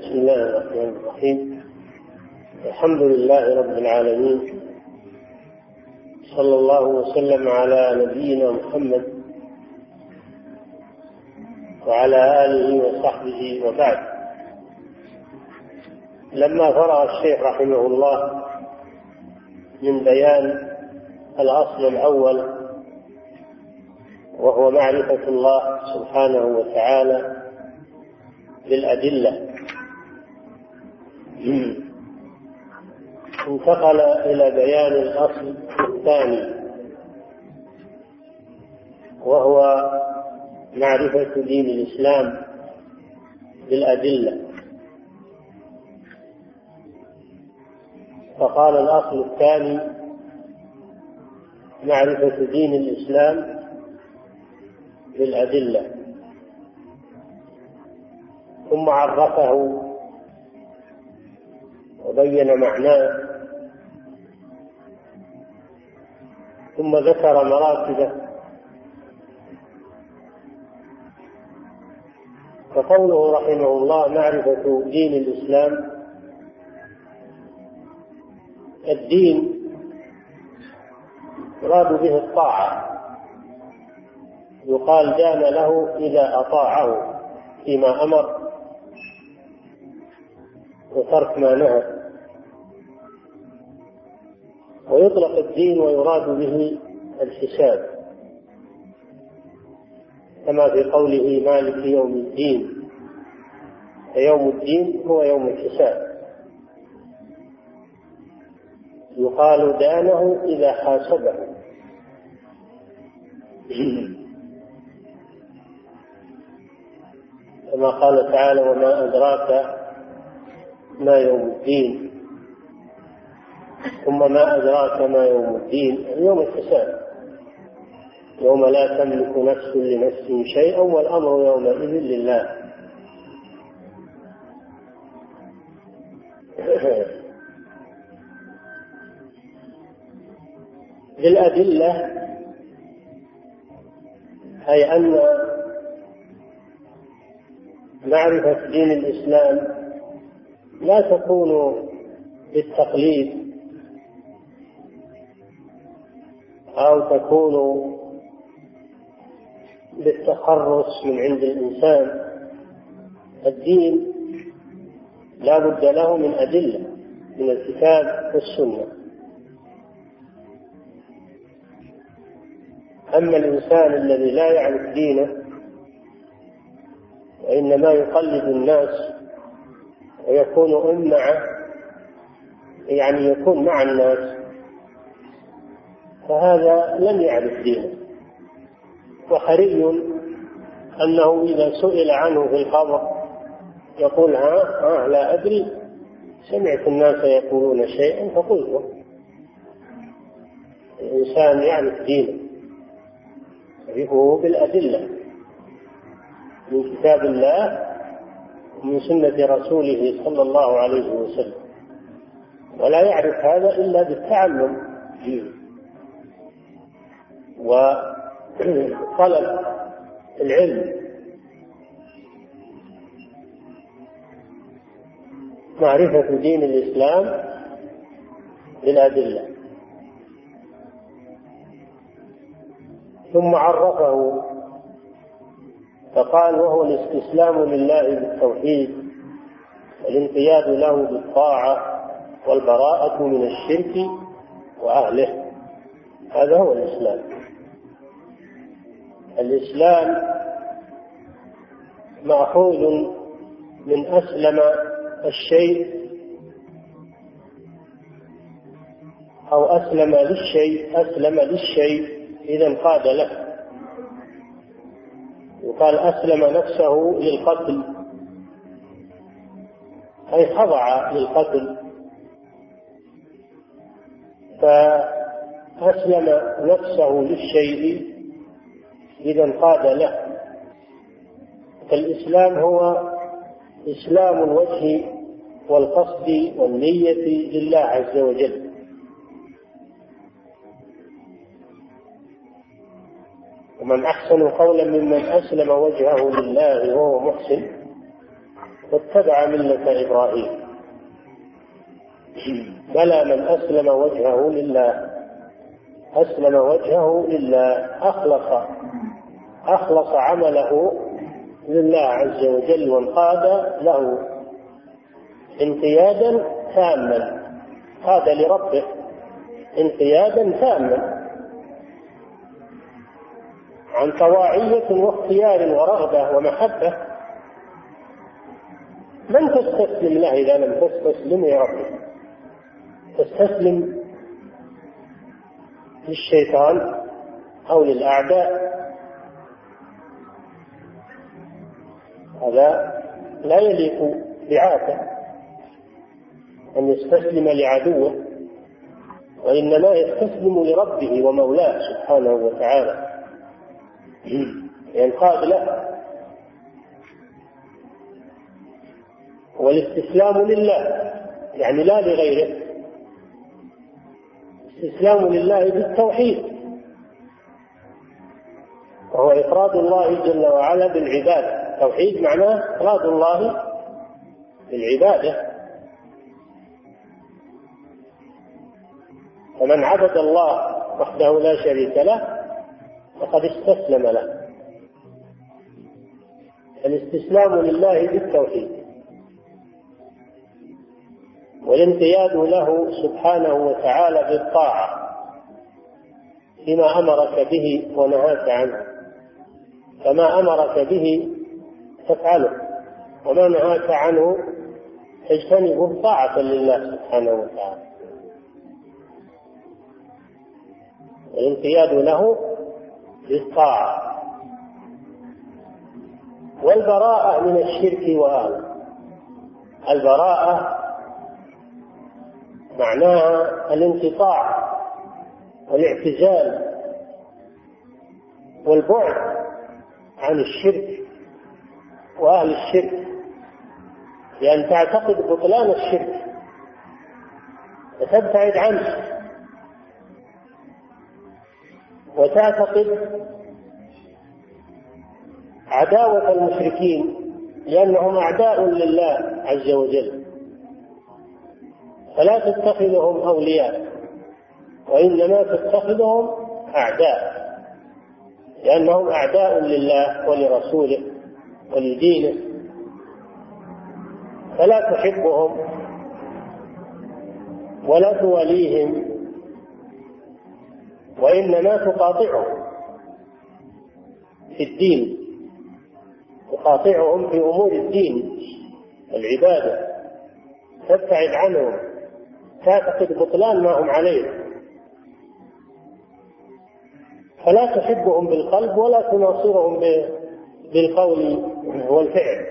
بسم الله الرحمن الرحيم. الحمد لله رب العالمين، صلى الله وسلم على نبينا محمد وعلى آله وصحبه وبعد. لما فرغ الشيخ رحمه الله من بيان الأصل الأول وهو معرفة الله سبحانه وتعالى بالأدلة، انتقل إلى بيان الأصل الثاني وهو معرفة دين الإسلام بالأدلة. فقال الأصل الثاني معرفة دين الإسلام بالأدلة، ثم عرفه وبين معناه، ثم ذكر مراتبه. فقوله رحمه الله معرفة دين الإسلام، الدين يراد به الطاعة، يقال دان له إذا أطاعه فيما أمر وترك ما نهى. ويطلق الدين ويراد به الحساب، كما في قوله مالك يوم الدين، فيوم الدين هو يوم الحساب. يقال دانه إذا حاسبه، كما قال تعالى وما أدراك ما يوم الدين، ثم ما أدراك ما يوم الدين، يوم الحساب، يوم لا تملك نفس لنفس شيئا والأمر يومئذ لله. بالأدلة أي أن معرفة دين الإسلام لا تكون بالتقليد أو تكون بالتخرص من عند الإنسان. الدين لا بد له من أدلة من الكتاب والسنة. أما الإنسان الذي لا يعرف دينه وإنما يقلد الناس ويكون يكون مع الناس، فهذا لن يعرف دينه. وحري أنه إذا سئل عنه في الخبر يقول لا أدري، سمعت الناس يقولون شيئا فقلته. الإنسان يعرف دينه، يعرفه بالأدلة من كتاب الله ومن سنة رسوله صلى الله عليه وسلم، ولا يعرف هذا إلا بالتعلم وطلب العلم. معرفة دين الإسلام بالأدلة. ثم عرفه فقال وهو الاستسلام لله بالتوحيد والانقياد له بالطاعة والبراءة من الشرك وأهله. هذا هو الإسلام. الإسلام مأخوذ من أسلم الشيء أو أسلم للشيء إذا انقاد له. يقال أسلم نفسه للقتل أي خضع للقتل، فأسلم نفسه للشيء إذا انقاد له. فالإسلام هو إسلام الوجه والقصد والنية لله عز وجل. ومن أحسن قولا ممن أسلم وجهه لله وهو محسن واتبع ملة إبراهيم. بلى من أسلم وجهه لله أخلص عمله لله عز وجل وانقاد له انقيادا تاما، قاد لربه انقيادا تاما عن طواعية واختيار ورغبة ومحبة. من تستسلم له إذا لم تستسلم لربك؟ تستسلم للشيطان أو للأعداء، هذا لا يليق بعاقل أن يستسلم لعدوه، وإنما يستسلم لربه ومولاه سبحانه وتعالى، ينقاد له. والاستسلام لله يعني لا لغيره، استسلام لله بالتوحيد، وهو إفراد الله جل وعلا بالعبادة. التوحيد معناه إفراد الله بالعبادة، فمن عبد الله وحده لا شريك له فقد استسلم له. الاستسلام لله بالتوحيد والانقياد له سبحانه وتعالى بالطاعة فيما أمرك به ونهاك عنه، فما أمرك به تفعله وما نهاك عنه تجتنبه طاعة لله سبحانه وتعالى. الانقياد له بالطاعة والبراءة من الشرك وأهله. البراءة معناها الانقطاع والاعتزال والبعد عن الشرك وأهل الشرك، لأن تعتقد بطلان الشرك وتبتعد عنه، وتعتقد عداوة المشركين لأنهم أعداء لله عز وجل، فلا تتخذهم أولياء وإنما تتخذهم أعداء، لأنهم أعداء لله ولرسوله ولدينه، فلا تحبهم ولا تواليهم، وإنما تقاطعهم في الدين، تقاطعهم في أمور الدين العبادة، تبتعد عنهم، تعتقد بطلان ما هم عليه، فلا تحبهم بالقلب ولا تناصرهم بالقول والفعل،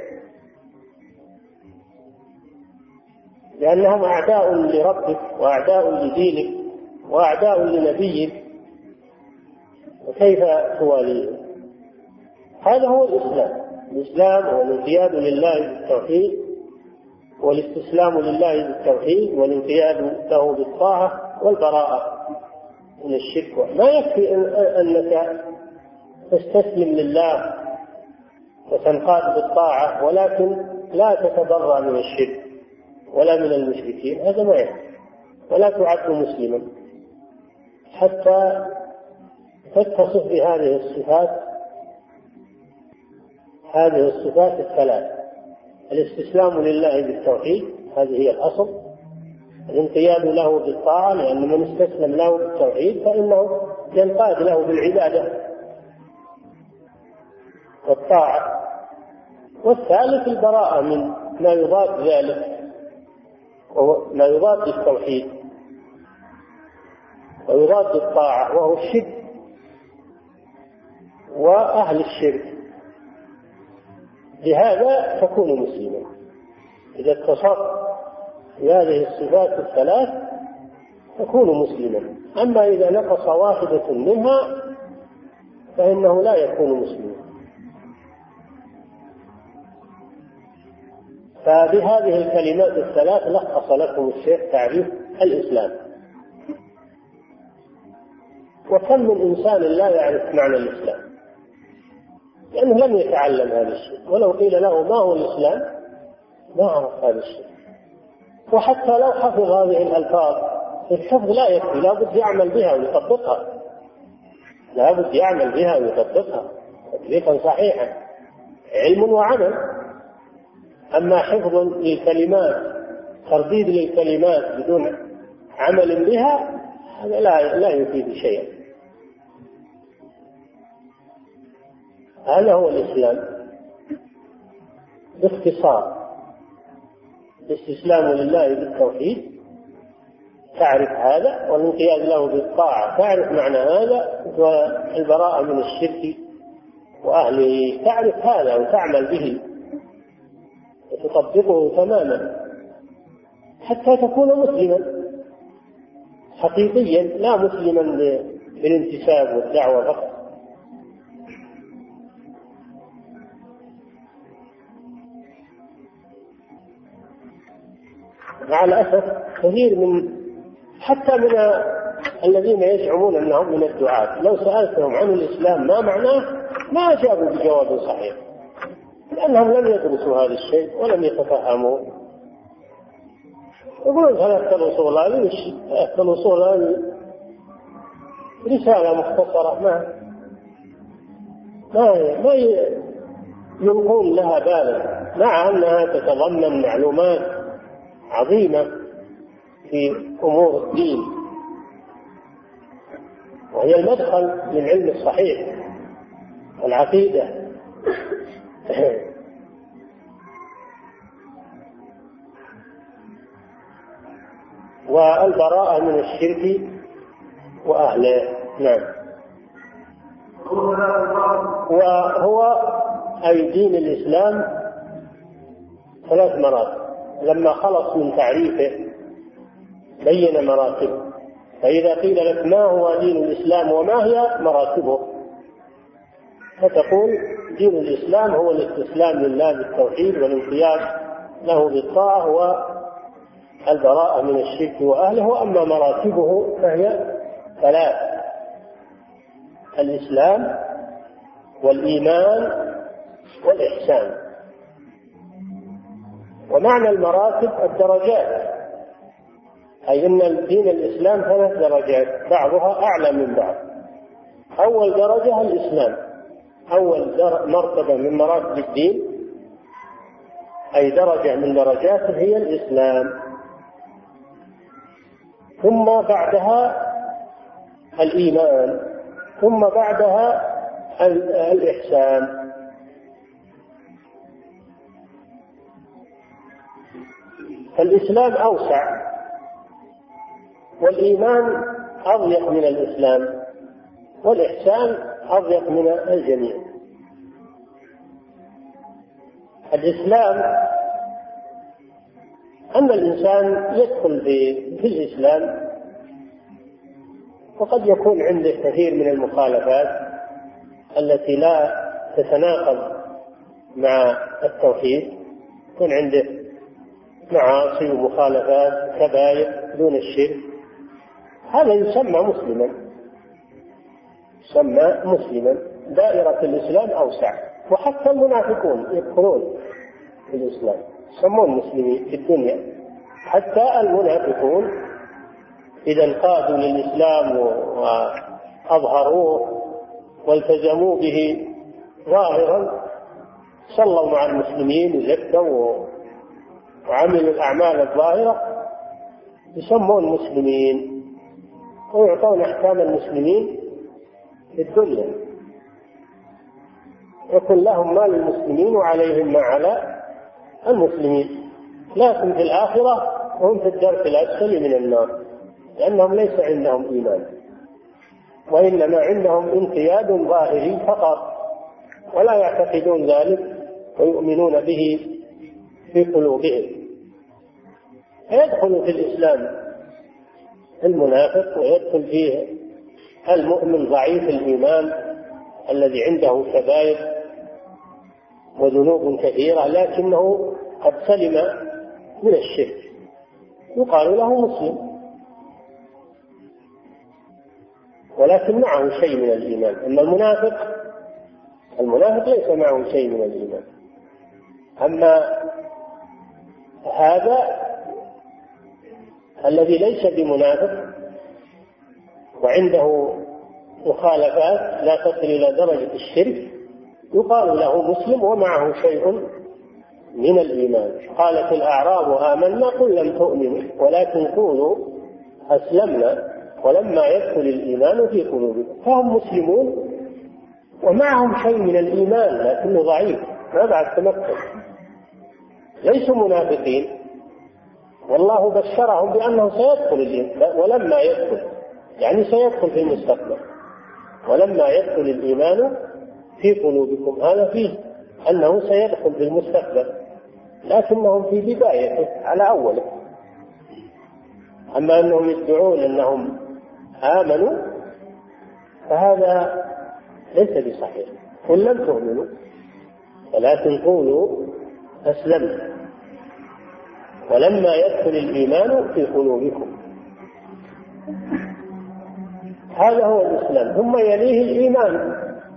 لأنهم أعداء لربك وأعداء لدينك وأعداء لنبيك، وكيف تواليهم؟ هذا هو الإسلام هو الانقياد لله بالتوحيد والاستسلام لله بالتوحيد والانقياد له بالطاعة والبراءة من الشرك. ما يكفي أنك تستسلم لله وتنقاد بالطاعة ولكن لا تتبرأ من الشرك ولا من المشركين، هذا ما يكفي، ولا تعد مسلما حتى تتصف بهذه الصفات الثلاث: الاستسلام لله بالتوحيد، هذه هي الأصل، الانقياد له بالطاعة، لأن من استسلم له بالتوحيد فإنه ينقاد له بالعبادة والطاعة، والثالث البراءة من ما يضاد ذلك وما يضاد التوحيد ويضاد الطاعة، وهو الشرك وأهل الشرك. بهذا تكون مسلما، إذا اتصفت بهذه الصفات الثلاث تكون مسلما. أما إذا نقص واحدة منها فإنه لا يكون مسلما. فبهذه الكلمات الثلاث لخص لكم الشيخ تعريف الإسلام. وكم من إنسان لا يعرف معنى الإسلام لأنه لم يتعلم هذا الشيء، ولو قيل له ما هو الإسلام ما عرف هذا الشيء. وحتى لو حفظ هذه الألفاظ الحفظ لا يكفي، لا بد يعمل بها ويطبقها، لا بد يعمل بها ويطبقها تطبيقا صحيحا، علم وعمل. أما حفظ للكلمات، ترديد للكلمات بدون عمل بها، هذا لا يفيد شيئا. هذا هو الإسلام باختصار. الاستسلام لله بالتوحيد تعرف هذا، والانقياد له بالطاعة تعرف معنى هذا، والبراءة من الشرك وأهله تعرف هذا وتعمل به وتطبقه تماما حتى تكون مسلما حقيقيا، لا مسلما بالانتساب والدعوة فقط. مع الأسف كثير حتى من الذين يزعمون أنهم من الدعاة لو سألتهم عن الإسلام ما معناه ما أجابوا بجواب صحيح، لأنهم لم يدرسوا هذا الشيء ولم يتفهموا. يقولون ثلاثة الأصول هذه رسالة مختصرة ما يلقون لها بالا، مع أنها تتضمن معلومات عظيمة في أمور الدين، وهي المدخل للعلم الصحيح والعقيدة. والبراءة من الشرك وأهله. نعم. وهو أي دين الإسلام 3 مراتب، لما خلص من تعريفه بين مراتبه. فإذا قيل لك ما هو دين الإسلام وما هي مراتبه، فتقول دين الإسلام هو الاستسلام لله بالتوحيد والانقياد له بالطاعة والبراءة من الشرك وأهله. وأما مراتبه فهي 3: الإسلام والإيمان والإحسان. ومعنى المراتب الدرجات، أي أن دين الإسلام 3 درجات بعضها أعلى من بعض. أول درجة الإسلام، أول مرتبة من مراتب الدين، أي درجة من درجاته هي الإسلام. ثم بعدها الإيمان، ثم بعدها الإحسان. فالإسلام أوسع، والإيمان أضيق من الإسلام، والإحسان أضيق من الجميع. الإسلام أن الإنسان يدخل في الإسلام وقد يكون عنده كثير من المخالفات التي لا تتناقض مع التوحيد، يكون عنده معاصي ومخالفات كبائر دون الشرك، هذا يسمى مسلما. دائرة الإسلام أوسع، وحتى المنافقون يدخلون في الإسلام يسمون مسلمين في الدنيا. حتى المنافقون إذا انقادوا للإسلام وأظهروه والتزموا به ظاهرا، صلوا مع المسلمين وزكوا وعملوا الأعمال الظاهرة، يسمون مسلمين ويعطون أحكام المسلمين في الدنيا، يكون لهم ما للمسلمين وعليهم ما على المسلمين. لكن في الآخرة هم في الدرك الأسفل من النار، لأنهم ليس عندهم إيمان، وإنما عندهم انقياد ظاهري فقط، ولا يعتقدون ذلك ويؤمنون به في قلوبهم. يدخل في الإسلام المنافق، ويدخل فيه المؤمن ضعيف الإيمان الذي عنده كبائر وذنوب كثيرة لكنه قد سلم من الشرك، يقال له مسلم ولكن معه شيء من الإيمان. أما المنافق ليس معه شيء من الإيمان. أما هذا الذي ليس بمنافق وعنده مخالفات لا تصل إلى درجة الشرك يقال له مسلم ومعه شيء من الإيمان. قالت الأعراب آمنا قل لم تؤمنوا ولكن قولوا أسلمنا ولما يدخل الإيمان في قلوبكم. فهم مسلمون ومعهم شيء من الإيمان لكنه ضعيف ما بعد تمكن، ليسوا منافقين، والله بشرهم بأنه سيدخل الإيمان ولما يدخل، يعني سيدخل في المستقبل، ولما يدخل الإيمان في قلوبكم، هذا فيه أنه سيدخل في المستقبل لكنهم في بدايته على أوله. أما أنهم يدعون أنهم آمنوا فهذا ليس بصحيح. قل لم تؤمنوا ولكن قولوا أسلمنا ولما يدخل الإيمان في قلوبكم، هذا هو الإسلام. ثم يليه الإيمان.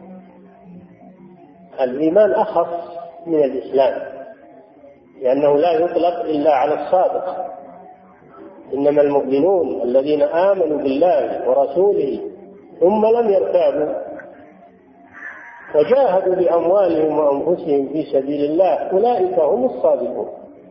الإيمان أخص من الإسلام لأنه لا يطلق إلا على الصادق. إنما المؤمنون الذين آمنوا بالله ورسوله ثم لم يرتابوا وجاهدوا بأموالهم وأنفسهم في سبيل الله أولئك هم الصادقون.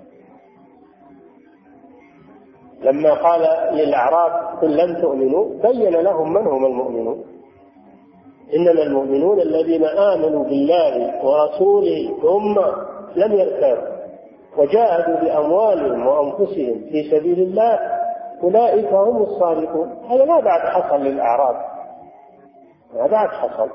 لما قال للأعراب قل لم تؤمنوا بين لهم من هم المؤمنون. إنما المؤمنون الذين آمنوا بالله ورسوله ثم لم يرتابوا وجاهدوا بأموالهم وأنفسهم في سبيل الله أولئك هم الصادقون. هذا ما بعد حصل للأعراب، ما بعد حصل.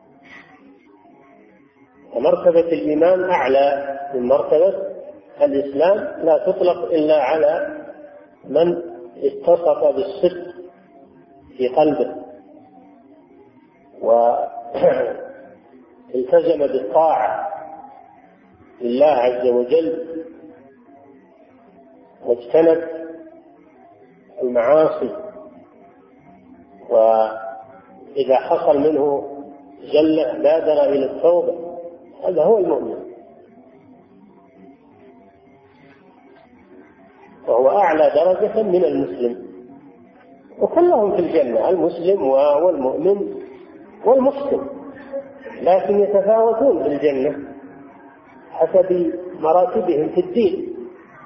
ومرتبة الإيمان أعلى من مرتبة الإسلام، لا تطلق إلا على من اتصف بالصدق في قلبه والتزم بالطاعة لله عز وجل واجتنب المعاصي، وإذا حصل منه زلة بادر إلى التوبة. هذا هو المؤمن، وهو أعلى درجة من المسلم. وكلهم في الجنة، المسلم والمؤمن والمحسن، لكن يتفاوتون في الجنة حسب مراتبهم في الدين.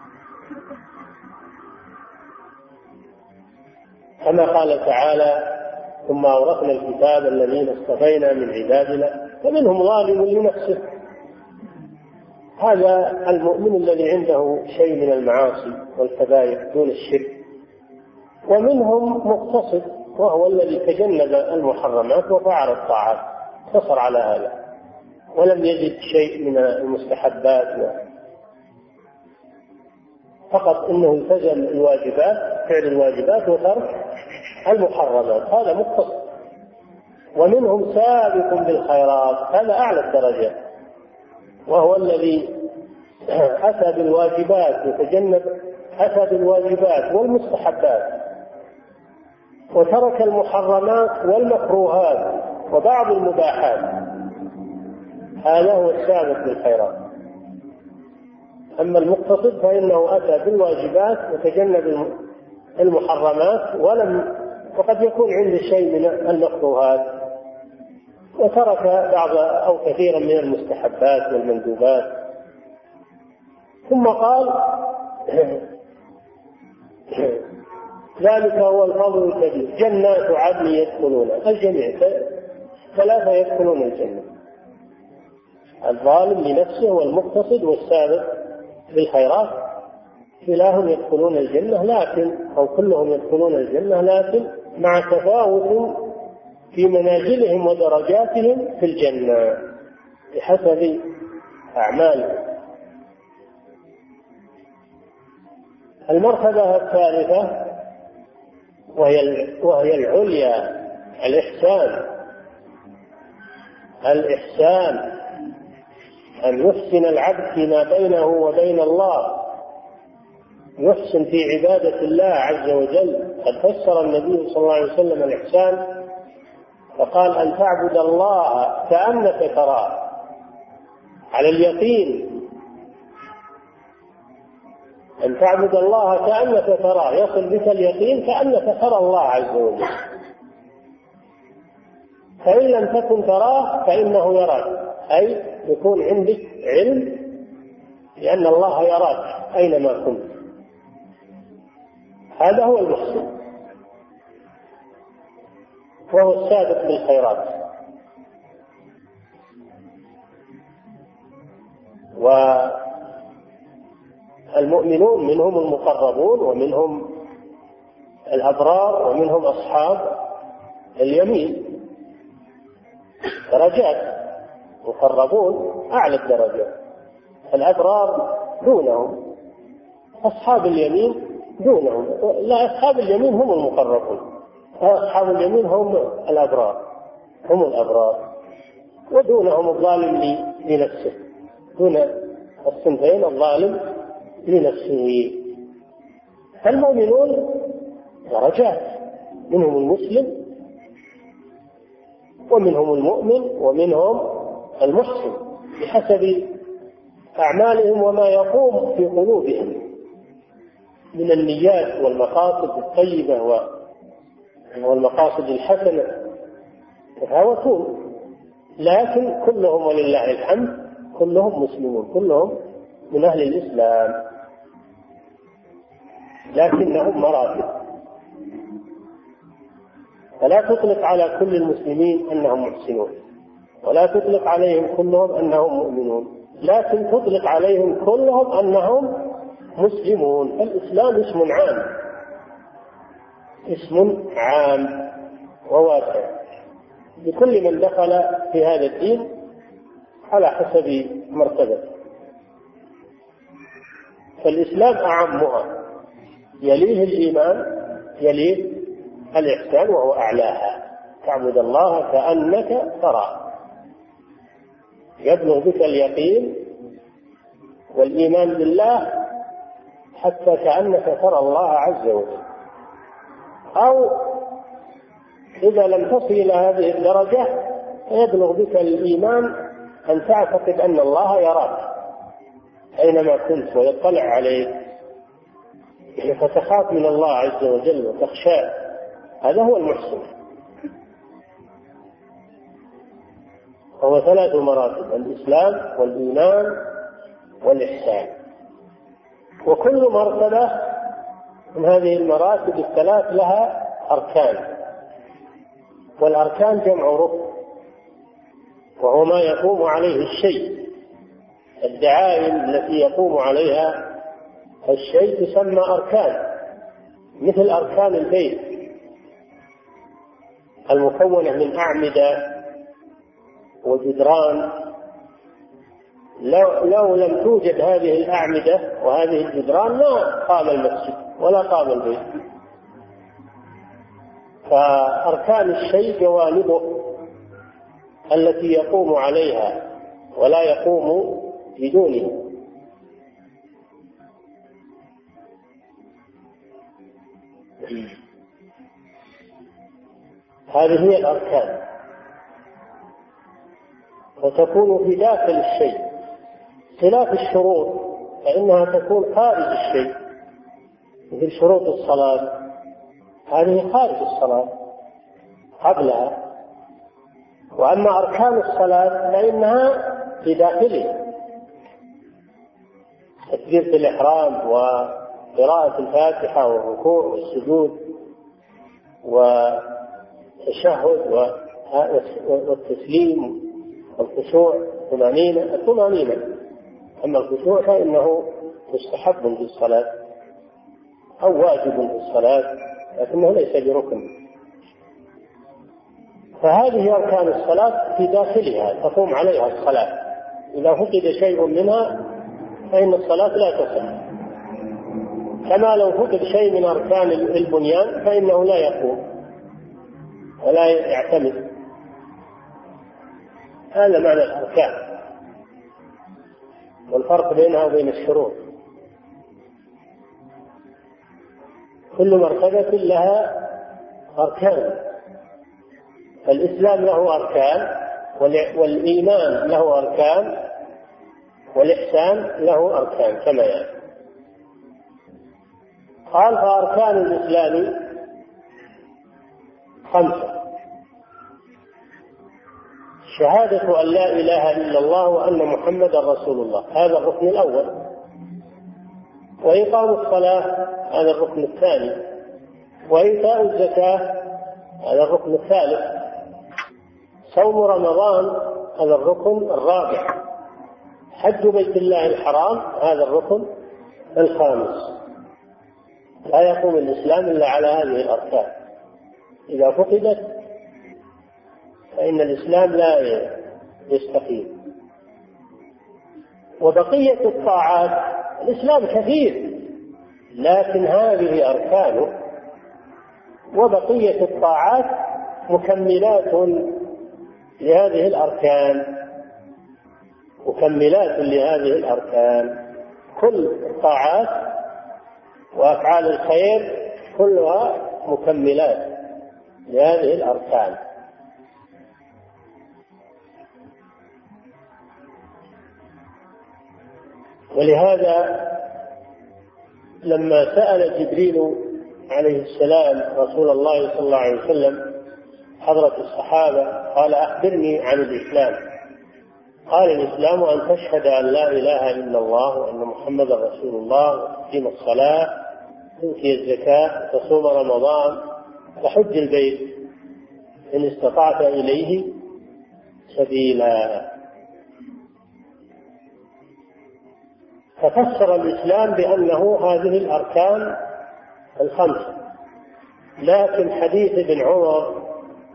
كما قال تعالى ثم أورثنا الكتاب الذين اصطفينا من عبادنا فمنهم ظالم لنفسه. هذا المؤمن الذي عنده شيء من المعاصي والكبائر دون الشرك. ومنهم مقتصد وهو الذي تجنب المحرمات وفعل الطاعات، اقتصر على هذا ولم يجد شيء من المستحبات، فقط انه التزم الواجبات، فعل الواجبات وترك المحرمات، هذا مقتصد. ومنهم سابق بالخيرات، هذا اعلى الدرجات، وهو الذي اتى بالواجبات وتجنب، اتى بالواجبات والمستحبات وترك المحرمات والمكروهات وبعض المباحات، هذا هو السابق بالخيرات. أما المقتصد فإنه أتى بالواجبات وتجنب المحرمات وقد يكون عنده شيء من المكروهات وترك بعض أو كثيرا من المستحبات والمندوبات. ثم قال ذلك هو الفضل الكبير جنات عدن يدخلون، الجميع ثلاثة يدخلون الجنة، الظالم لنفسه والمقتصد والسابق بالخيرات، كلاهم يدخلون الجنة، لكن أو كلهم يدخلون الجنة لكن مع تفاوت في منازلهم ودرجاتهم في الجنة بحسب أعمالهم. المرتبة الثالثة وهي العليا، الإحسان أن يحسن العبد فيما بينه وبين الله، يحسن في عبادة الله عز وجل. قد فسر النبي صلى الله عليه وسلم الإحسان فقال أن تعبد الله كأنك تراه على اليقين، أن تعبد الله كأنك تراه، يصل بك اليقين كأنك ترى الله عز وجل. فإن لم تكن تراه فإنه يراك، أي يكون عندك علم لأن الله يراك أينما كنت. هذا هو المحسن، وهو السابق بالخيرات. والمؤمنون منهم المقربون ومنهم الأبرار ومنهم أصحاب اليمين، درجات. مقربون أعلى الدرجات، الأبرار دونهم، أصحاب اليمين دونهم. لا، أصحاب اليمين هم المقربون، أصحاب اليمين هم الأبرار، ودونهم الظالم لنفسه، دون الصنفين الظالم لنفسه. فالمؤمنون درجات، منهم المسلم ومنهم المؤمن ومنهم المحسن بحسب أعمالهم وما يقوم في قلوبهم من النيات والمقاصد الطيبة والمقاصد الحسنة يتفاوتون، لكن كلهم ولله الحمد كلهم مسلمون، كلهم من أهل الإسلام، لكنهم مراتب. فلا تطلق على كل المسلمين أنهم محسنون، ولا تطلق عليهم كلهم أنهم مؤمنون، لكن تطلق عليهم كلهم أنهم مسلمون. الإسلام اسم عام وواسع لكل من دخل في هذا الدين على حسب مرتبته. فالإسلام أعمها، يليه الإيمان، يليه الإحسان وهو أعلاها، تعبد الله كأنك تراه، يبلغ بك اليقين والإيمان بالله حتى كأنك ترى الله عز وجل. أو إذا لم تصل إلى هذه الدرجة يبلغ بك الإيمان أن تعتقد أن الله يراك أينما كنت ويطلع عليك، فتخاف من الله عز وجل وتخشاه. هذا هو المحسن. هو 3 مراتب: الإسلام والإيمان والإحسان. وكل مرتبة من هذه المراتب الثلاث لها أركان، والأركان جمع ركن، وهو ما يقوم عليه الشيء. الدعائم التي يقوم عليها الشيء تسمى أركان، مثل أركان البيت المكونة من أعمدة وجدران. لو لم توجد هذه الأعمدة وهذه الجدران ما قام المسجد ولا قام البيت. فأركان الشيء جوانبه التي يقوم عليها ولا يقوم بدونه. هذه هي الأركان، وتكون في داخل الشيء، خلاف الشروط فإنها تكون خارج الشيء، مثل شروط الصلاة هذه خارج الصلاة قبلها. وأما أركان الصلاة فإنها في داخله، تكبيرة الإحرام وقراءة الفاتحة والركوع والسجود والتشهد والتسليم والخشوع، الطمأنينة. أما الخشوع فإنه مستحب في الصلاة أو واجب في الصلاة، لكنه ليس بركن. فهذه أركان الصلاة في داخلها تقوم عليها الصلاة. إذا فقد شيء منها فإن الصلاة لا تصح، كما لو فقد شيء من أركان البنيان فإنه لا يقوم ولا يعتمد. هذا معنى الأركان والفرق بينها وبين الشروط. كل مرتبة لها أركان. الإسلام له أركان، والإيمان له أركان، والإحسان له أركان كما يعني. قال فأركان الإسلام 5: شهادة أن لا إله إلا الله وأن محمدا رسول الله، هذا الركن الأول. وإقام الصلاة، هذا الركن الثاني. وإيتاء الزكاة، هذا الركن الثالث. صوم رمضان، هذا الركن الرابع. حج بيت الله الحرام، هذا الركن الخامس. لا يقوم الإسلام إلا على هذه الأركان، إذا فقدت فإن الإسلام لا يستقيم. وبقية الطاعات، الإسلام كثير لكن هذه أركانه، وبقية الطاعات مكملات لهذه الأركان، مكملات لهذه الأركان. كل الطاعات وأفعال الخير كلها مكملات لهذه الأركان. ولهذا لما سأل جبريل عليه السلام رسول الله صلى الله عليه وسلم حضرة الصحابة قال أخبرني عن الإسلام، قال الإسلام أن تشهد أن لا إله إلا الله وأن محمدا رسول الله وتقيم الصلاة تؤتي الزكاة تصوم رمضان وحج البيت إن استطعت إليه سبيلا. ففسر الإسلام بأنه هذه الأركان 5. لكن حديث ابن عمر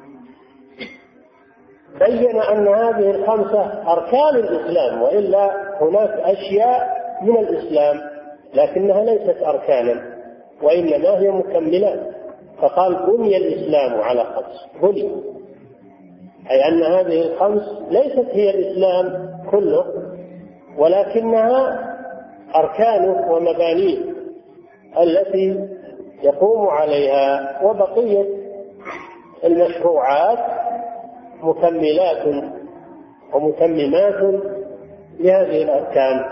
بين أن هذه 5 أركان الإسلام، وإلا هناك أشياء من الإسلام لكنها ليست أركانا وإنما هي مكملات. فقال بني الإسلام على 5، بني، أي أن هذه 5 ليست هي الإسلام كله ولكنها أركانه ومبانيه التي يقوم عليها، وبقية المشروعات مكملات ومتممات لهذه الأركان.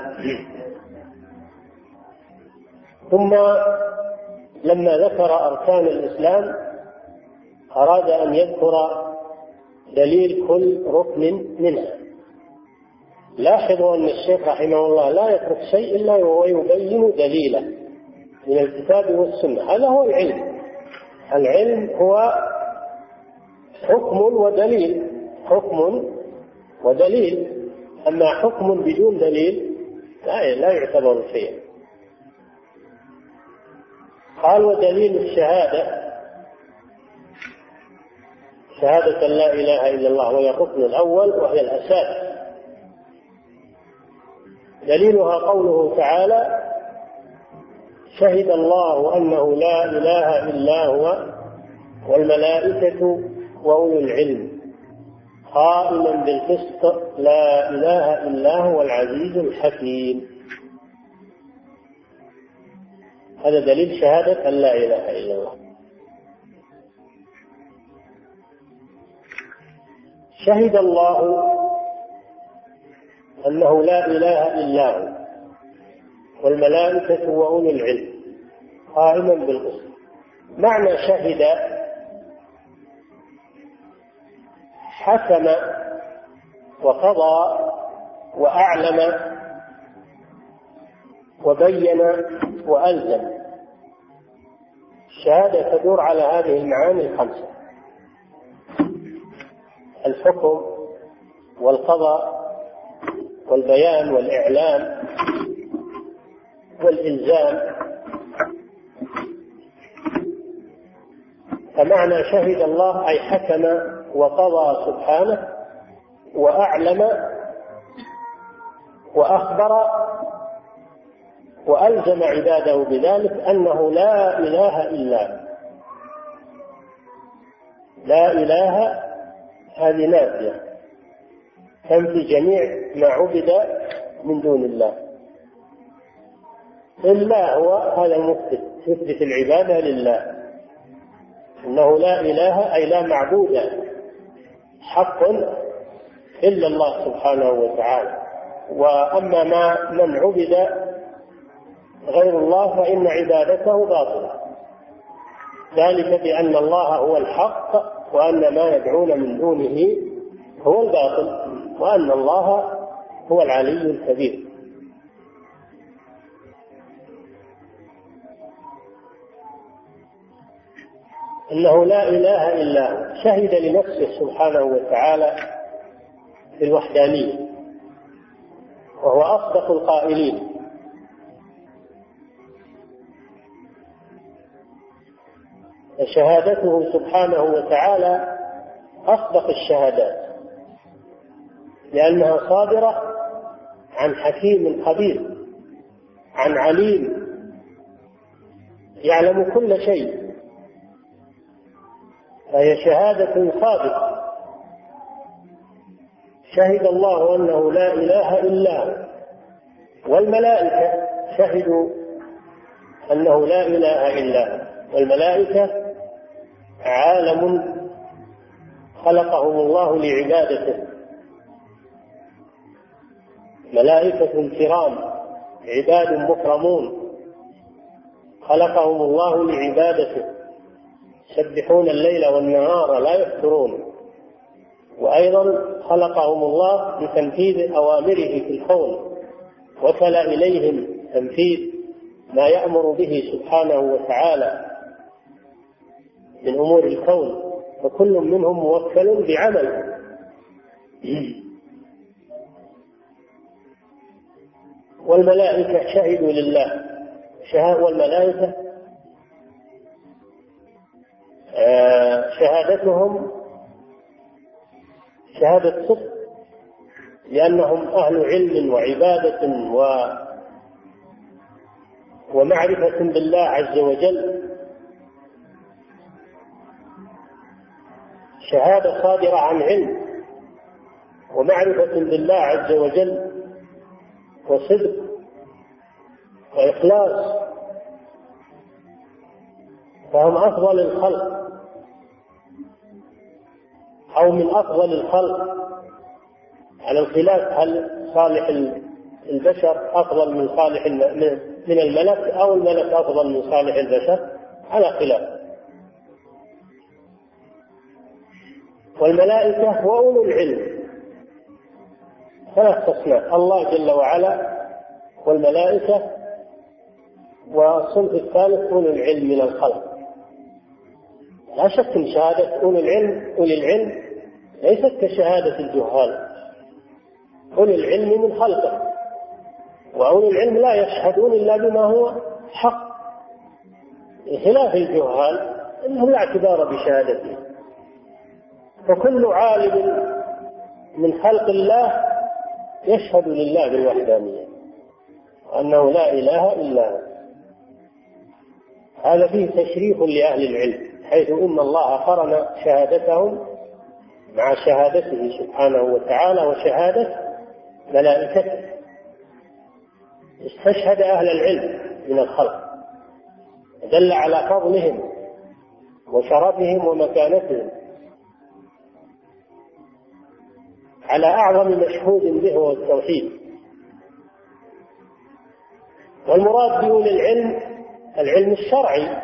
ثم لما ذكر أركان الإسلام أراد أن يذكر دليل كل ركن منها. لاحظوا أن الشيخ رحمه الله لا يترك شيء إلا وهو يبين دليله من الكتاب والسنة. هذا هو العلم. العلم هو حكم ودليل، حكم ودليل. أما حكم بدون دليل لا يعتبر شيئا. قال ودليل الشهادة، شهادة لا إله إلا الله وهي الركن الأول وهي الأساس. دليلها قوله تعالى شهد الله أنه لا إله إلا هو والملائكة وأولو العلم قائما بالقسط لا إله إلا هو العزيز الحكيم. هذا دليل شهادة أن لا إله إلا الله. شهد الله أنه لا إله إلا هو والملائكة وأولو العلم قائما بالقسط. معنى شهد حكم وقضى وأعلم وبين وألزم. الشهادة تدور على هذه المعاني 5: الحكم والقضاء والبيان والإعلام والإلزام. فمعنى شهد الله أي حكم وقضى سبحانه وأعلم وأخبر وألزم عباده بذلك أنه لا إله إلا، لا إله هذه نافية تنفي جميع ما عبد من دون الله إلا هو، هذا المثبت، يثبت العبادة لله، إنه لا إله أي لا معبود حق إلا الله سبحانه وتعالى. وأما من عبد غير الله فإن عبادته باطلة، ذلك بأن الله هو الحق وأن ما يدعون من دونه هو الباطل وأن الله هو العلي الكبير. إنه لا إله إلا هو، شهد لنفسه سبحانه وتعالى بالوحدانية وهو أصدق القائلين. فشهادته سبحانه وتعالى أصدق الشهادات لأنها صادرة عن حكيم خبير، عن عليم يعلم كل شيء، فهي شهادة صادقة. شهد الله أنه لا إله إلا هو، والملائكة شهدوا أنه لا إله إلا هو، والملائكة عالم خلقهم الله لعبادته، ملائكة كرام عباد مكرمون خلقهم الله لعبادته، يسبحون الليل والنهار لا يفترون، وأيضا خلقهم الله لتنفيذ أوامره في الكون، وكل إليهم تنفيذ ما يأمر به سبحانه وتعالى من أمور الكون، وكل منهم موكل بعمل. والملائكة شهدوا لله، والملائكة شهادتهم شهادة صدق، لأنهم أهل علم وعبادة ومعرفة بالله عز وجل، شهادة صادرة عن علم ومعرفة بالله عز وجل وصدق وإخلاص، فهم أفضل الخلق أو من أفضل الخلق، على الخلاف هل صالح البشر أفضل من صالح من الملك أو الملك أفضل من صالح البشر، على خلاف. والملائكة وأولو العلم، ثلاث أصناف: الله جل وعلا والملائكة والصنف الثالث أولو العلم من الخلق. لا شك أن شهادة أولي العلم ليست كشهادة الجهال، أولي العلم من خلقه، وأولي العلم لا يشهدون إلا بما هو حق، خلاف الجهال إنهم لا اعتبار بشهادته. فكل عالم من خلق الله يشهد لله بالوحدانية وأنه لا إله إلا هو. هذا فيه تشريف لأهل العلم، حيث إن الله قرن شهادتهم مع شهادته سبحانه وتعالى وشهادة ملائكته، استشهد أهل العلم من الخلق، دل على فضلهم وشرفهم ومكانتهم، على أعظم مشهود به هو التوحيد. والمراد بأولي العلم العلم الشرعي،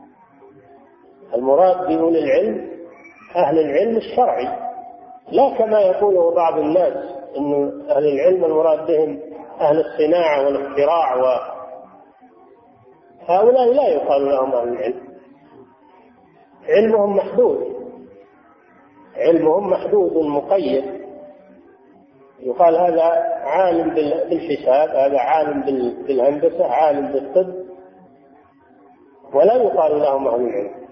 المراد بأولي العلم أهل العلم الشرعي، لا كما يقوله بعض الناس إن أهل العلم المراد بهم أهل الصناعة والاختراع، هؤلاء لا يقال لهم أهل العلم، علمهم محدود، علمهم محدود مقيد، يقال هذا عالم بالحساب، هذا عالم بالهندسة، عالم بالطب، ولا يقال لهم أهل العلم.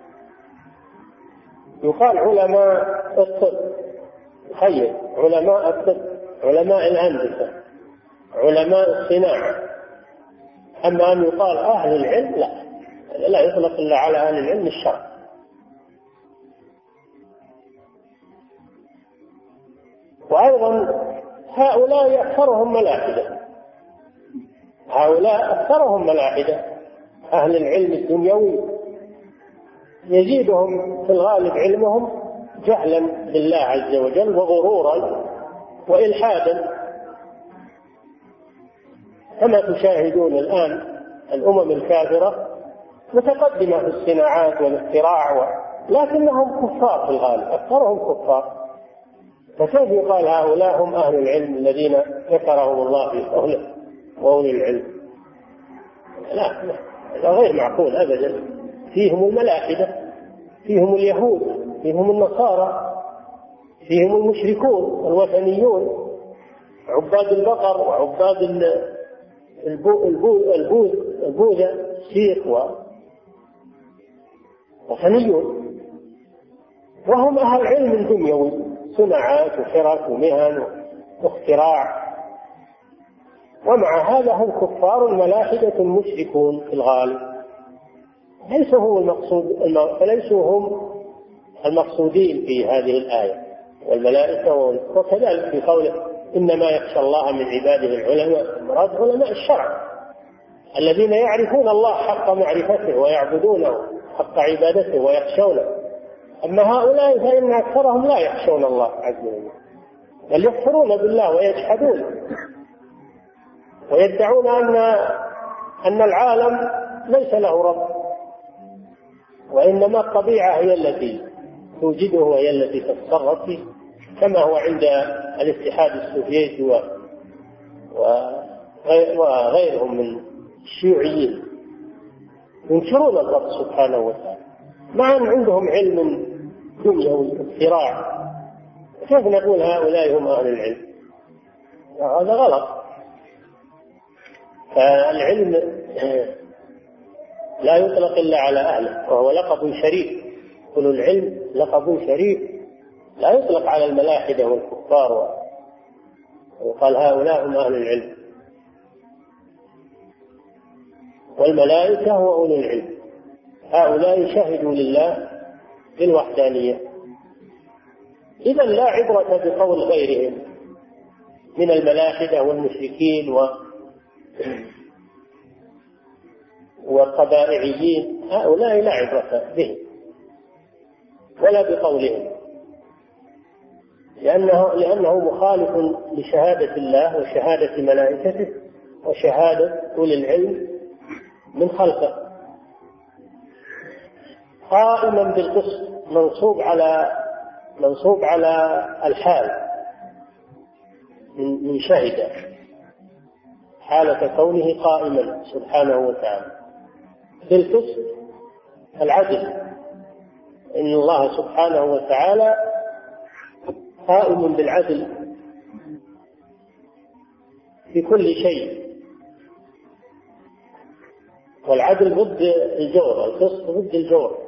يقال علماء الطب، تخيل، علماء الطب، علماء الهندسة، علماء الصناعة. أما أن يقال أهل العلم لا يطلق إلا على أهل العلم الشرعي. وأيضا هؤلاء أكثرهم ملاحدة، هؤلاء أكثرهم ملاحدة، أهل العلم الدنيوي يزيدهم في الغالب علمهم جهلا بالله عز وجل وغرورا وإلحادا، كما تشاهدون الآن الأمم الكافرة متقدمة في الصناعات والاختراع لكنهم كفار في الغالب، أكثرهم كفار. فكيف يقال هؤلاء هم أهل العلم الذين ذكرهم الله في قوله وأولي العلم؟ لا، هذا غير معقول أبدا. فيهم الملاحدة، فيهم اليهود، فيهم النصارى، فيهم المشركون الوثنيون، عباد البقر وعباد البوذا، السيخ وثنيون، وهم أهل علم دنيوي، صناعات وحرف ومهن واختراع، ومع هذا هم كفار ملاحدة مشركون في الغالب. ليسوا هم المقصود، فليسوا هم المقصودين في هذه الآية والملائكة. وكذلك في قوله إنما يخشى الله من عباده العلماء، المراد علماء الشرع الذين يعرفون الله حق معرفته ويعبدونه حق عبادته ويخشونه. أما هؤلاء فإن أكثرهم لا يخشون الله عز وجل، بل يكفرون بالله ويجحدون ويدعون أن العالم ليس له رب، وإنما الطبيعة هي التي توجده وهي التي تتصرف فيه، كما هو عند الاتحاد السوفيتي وغيرهم من الشيوعيين، ينكرون الرب سبحانه وتعالى مع أن عندهم علم دنيوي واختراع. كيف نقول هؤلاء هم أهل العلم؟ هذا غلط. فالعلم لا يطلق إلا على أهله، وهو لقب شريف. كل العلم لقب شريف لا يطلق على الملاحدة والكفار، وقال هؤلاء هم أهل العلم. والملائكة وأولي العلم هؤلاء شهدوا لله بالوحدانية. إذا لا عبرة بقول غيرهم من الملاحدة والمشركين والطبائعيين، هؤلاء لا عبرة بهم ولا بقولهم، لأنه مخالف لشهادة الله وشهادة ملائكته وشهادة أولي العلم من خلقه. قائما بالقسط، منصوب على الحال من شهد، حالة كونه قائما سبحانه وتعالى بالقسط العدل. إن الله سبحانه وتعالى قائم بالعدل في كل شيء، والعدل ضد الجور، القسط ضد الجور.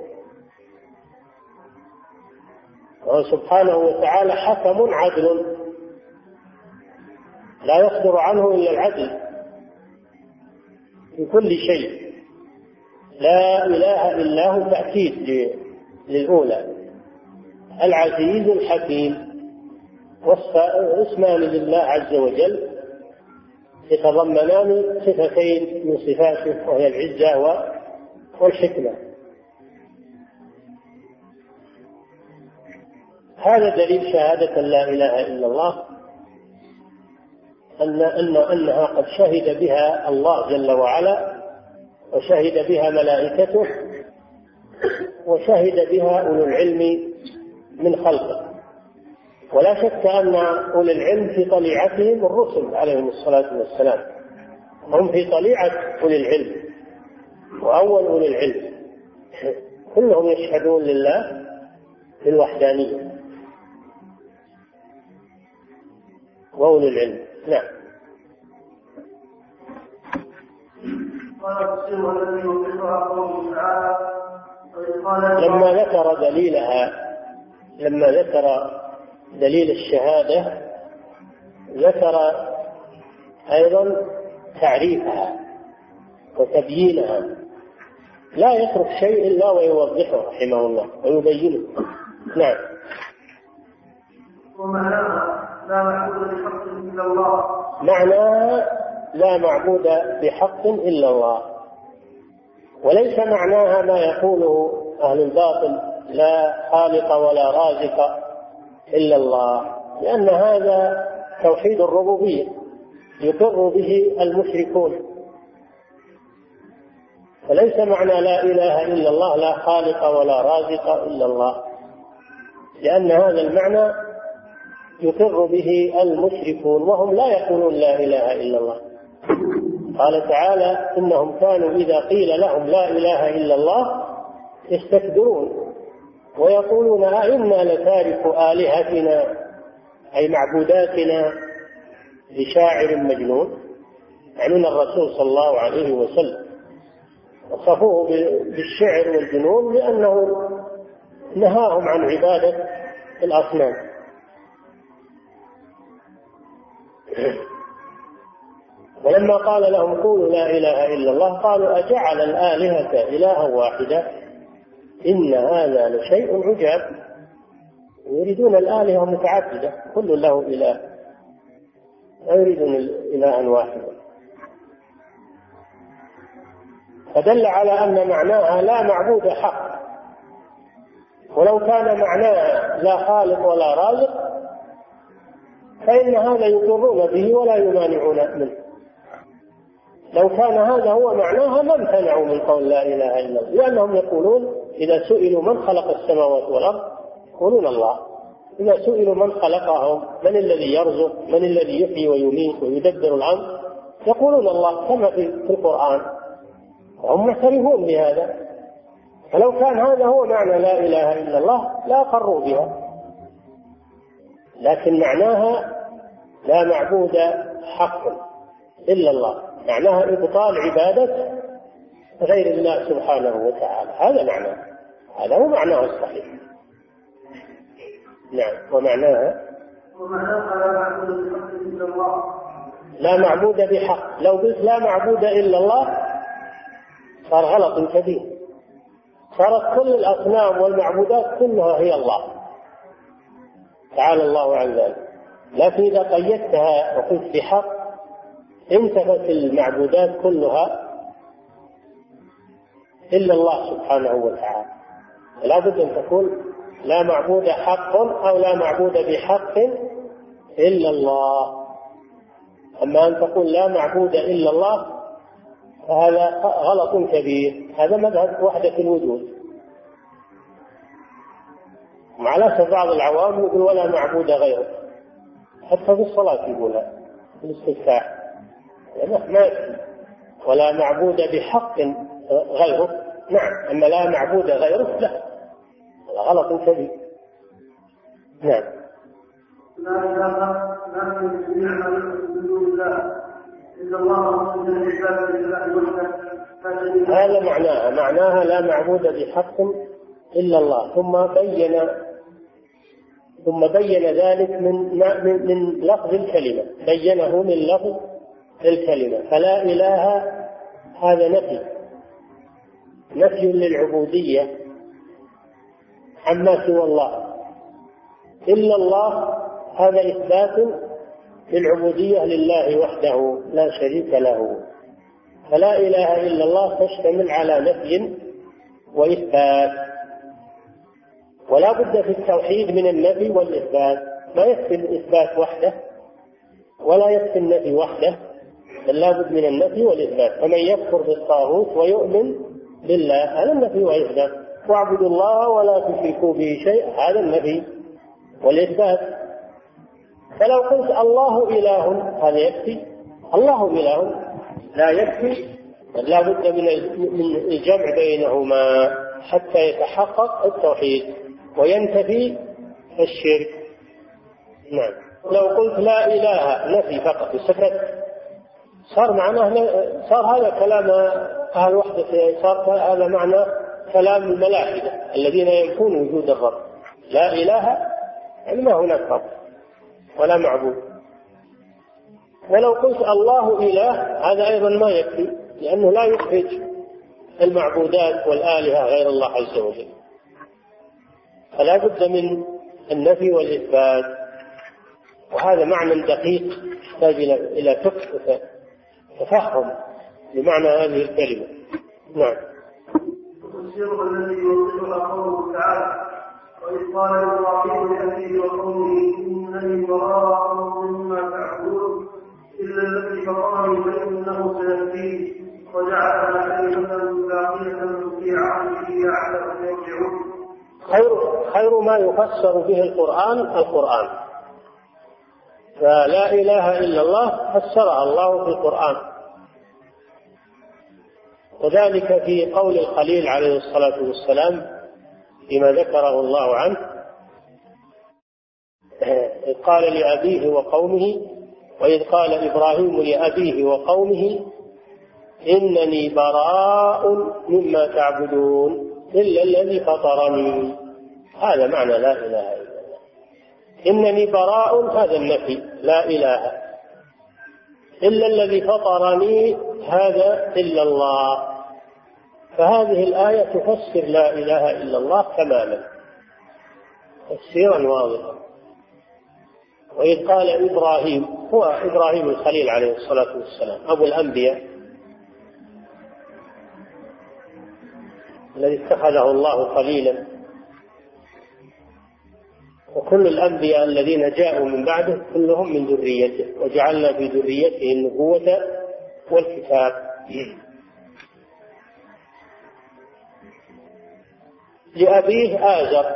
وهو سبحانه وتعالى حكم عدل لا يصدر عنه إلا العدل في كل شيء. لا إله إلا هو، تأكيد للأولى. العزيز الحكيم، واسمان لله عز وجل يتضمنان صفتين من صفاته، وهي العزة والحكمة. هذا دليل شهادة لا إله إلا الله، أنها قد شهد بها الله جل وعلا، وشهد بها ملائكته، وشهد بها أولو العلم من خلقه. ولا شك أن أولي العلم في طليعتهم الرسل عليهم الصلاة والسلام، هم في طليعة أولي العلم وأول أولي العلم، كلهم يشهدون لله بالوحدانية وأولي العلم. نعم. لما ذكر دليلها، لما ذكر دليل الشهادة، ذكر أيضا تعريفها وتبيينها، لا يترك شيء إلا ويوضحه رحمه الله ويبينه. نعم. ومعناها لا معبود بحق إلا الله، معناها لا معبود بحق إلا الله، وليس معناها ما يقوله أهل الباطل لا خالق ولا رازق إلا الله، لأن هذا توحيد الربوبية يقر به المشركون، فليس معنى لا إله إلا الله لا خالق ولا رازق إلا الله، لأن هذا المعنى يقر به المشركون وهم لا يقولون لا إله إلا الله. قال تعالى: إنهم كانوا إذا قيل لهم لا إله إلا الله يستكبرون ويقولون أئنا لتاركوا آلهتنا أي معبوداتنا لشاعر مجنون، يعنون الرسول صلى الله عليه وسلم، وصفوه بالشعر والجنون لأنه نهاهم عن عبادة الأصنام. ولما قال لهم قولوا لا إله إلا الله قالوا أجعل الآلهة إلها واحدا إن هذا لشيء عجاب. يريدون الآلهة متعددة كل له إله، لا يريدون إلها واحدا. فدل على أن معناها لا معبود حق، ولو كان معناها لا خالق ولا رازق فإن هذا يقرون به ولا يمانعون منه. لو كان هذا هو معناها ما امتنعوا من قول لا إله إلا الله، لأنهم يقولون إذا سئلوا من خلق السماوات والأرض يقولون الله، إذا سئلوا من خلقهم، من الذي يرزق، من الذي يحيي ويميت ويدبر الأمر، يقولون الله كما في القرآن، وهم معترفون بهذا. فلو كان هذا هو معنى لا إله إلا الله لا أقروا بها، لكن معناها لا معبود حق إلا الله، معناها إبطال عبادة غير الله سبحانه وتعالى، هذا معناه، هذا هو معناه الصحيح. نعم. ومعناها لا معبود بحق. لو قلت لا معبود إلا الله صار غلط كبير، صارت كل الأصنام والمعبودات كلها هي الله تعالى الله عن ذلك. لكن إذا قيدتها وقلت بحق انتفت المعبودات كلها إلا الله سبحانه وتعالى. لا بد أن تقول لا معبود حق أو لا معبود بحق إلا الله. أما أن تقول لا معبود إلا الله فهذا غلط كبير، هذا مذهب وحدة الوجود. مع الأسف بعض العوام يقول ولا معبود غيره، حتى في الصلاة يقولها في الاستفتاح ما يكفي ولا معبود بحق غيره. نعم، أما لا معبود غيره لا، هذا غلط كبير. نعم. لا إله من دون الله إلا الله هذا معناها لا معبود بحق إلا الله. ثم بين ذلك من لفظ الكلمة، بينه من لفظ الكلمة. فلا إله هذا نفي للعبودية عما سوى الله، إلا الله هذا إثبات للعبودية لله وحده لا شريك له. فلا إله إلا الله تشتمل على نفي وإثبات، ولا بد في التوحيد من النفي والإثبات، ما يكفي الإثبات وحده ولا يكفي النفي وحده، بل لا بد من النفي والإثبات. فمن يكفر بالطاغوت ويؤمن بالله هذا النفي والإثبات، واعبدوا الله ولا تشركوا به شيء هذا النفي والإثبات. فلو قلت الله إله هذا يكفي؟ الله إله لا يكفي، لا بد من الجمع بينهما حتى يتحقق التوحيد وينتفي الشرك. نعم. لو قلت لا إله نفي فقط وسكت صار هذا كلام أهل وحدة، صار هذا معنى كلام الملاحدة الذين ينفون وجود الرب. لا إله يعني ما هناك رب ولا معبود. ولو قلت الله إله هذا أيضا ما يكفي، لأنه لا يخرج المعبودات والآلهة غير الله عز وجل. فلا بد من النفي والإثبات، وهذا معنى دقيق يحتاج إلى فقه تفهم لمعنى هذه الكلمة. نعم. والتفسير الذي يوصلها قوله تعالى: وإذ قال إبراهيم لأبيه وقومه إنني براء مما تعبدون إلا الذي فطرني فإنه سيهدين وجعلها كلمة باقية في عهده لعلهم يرجعون. خير ما يفسر به القرآن. فلا إله إلا الله فسرها الله في القرآن، وذلك في قول الخليل عليه الصلاة والسلام فيما ذكره الله عنه، إذ قال لأبيه وقومه، وإذ قال إبراهيم لأبيه وقومه إنني براء مما تعبدون إلا الذي فطرني. هذا معنى لا إله إلا الله. إنني براء هذا النفي، لا إله، إلا الذي فطرني هذا إلا الله. فهذه الآية تفسر لا إله إلا الله كمالا تفسيرا واضحا. وإذ قال إبراهيم، هو إبراهيم الخليل عليه الصلاة والسلام أبو الأنبياء الذي اتخذه الله خليلا، وكل الأنبياء الذين جاءوا من بعده كلهم من ذريته، وجعلنا في ذريته النبوة والكتاب. لأبيه آزر،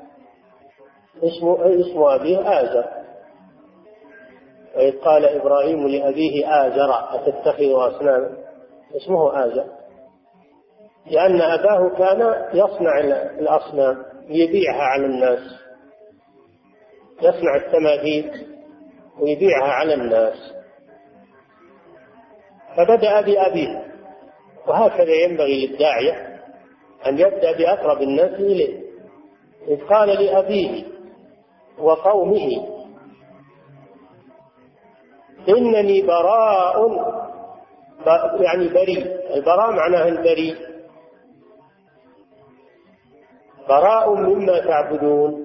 اسم أبيه آزر. وإذ قال إبراهيم لأبيه آزر أتتخذ أصناما، اسمه آزر لأن أباه كان يصنع الأصنام يبيعها على الناس، يصنع التماثيل ويبيعها على الناس، فبدأ بأبيه. وهكذا ينبغي للداعية أن يبدأ بأقرب الناس إليه. إذ قال لأبيه وقومه إنني براء، يعني بريء، البراء معناه البريء، براء مما تعبدون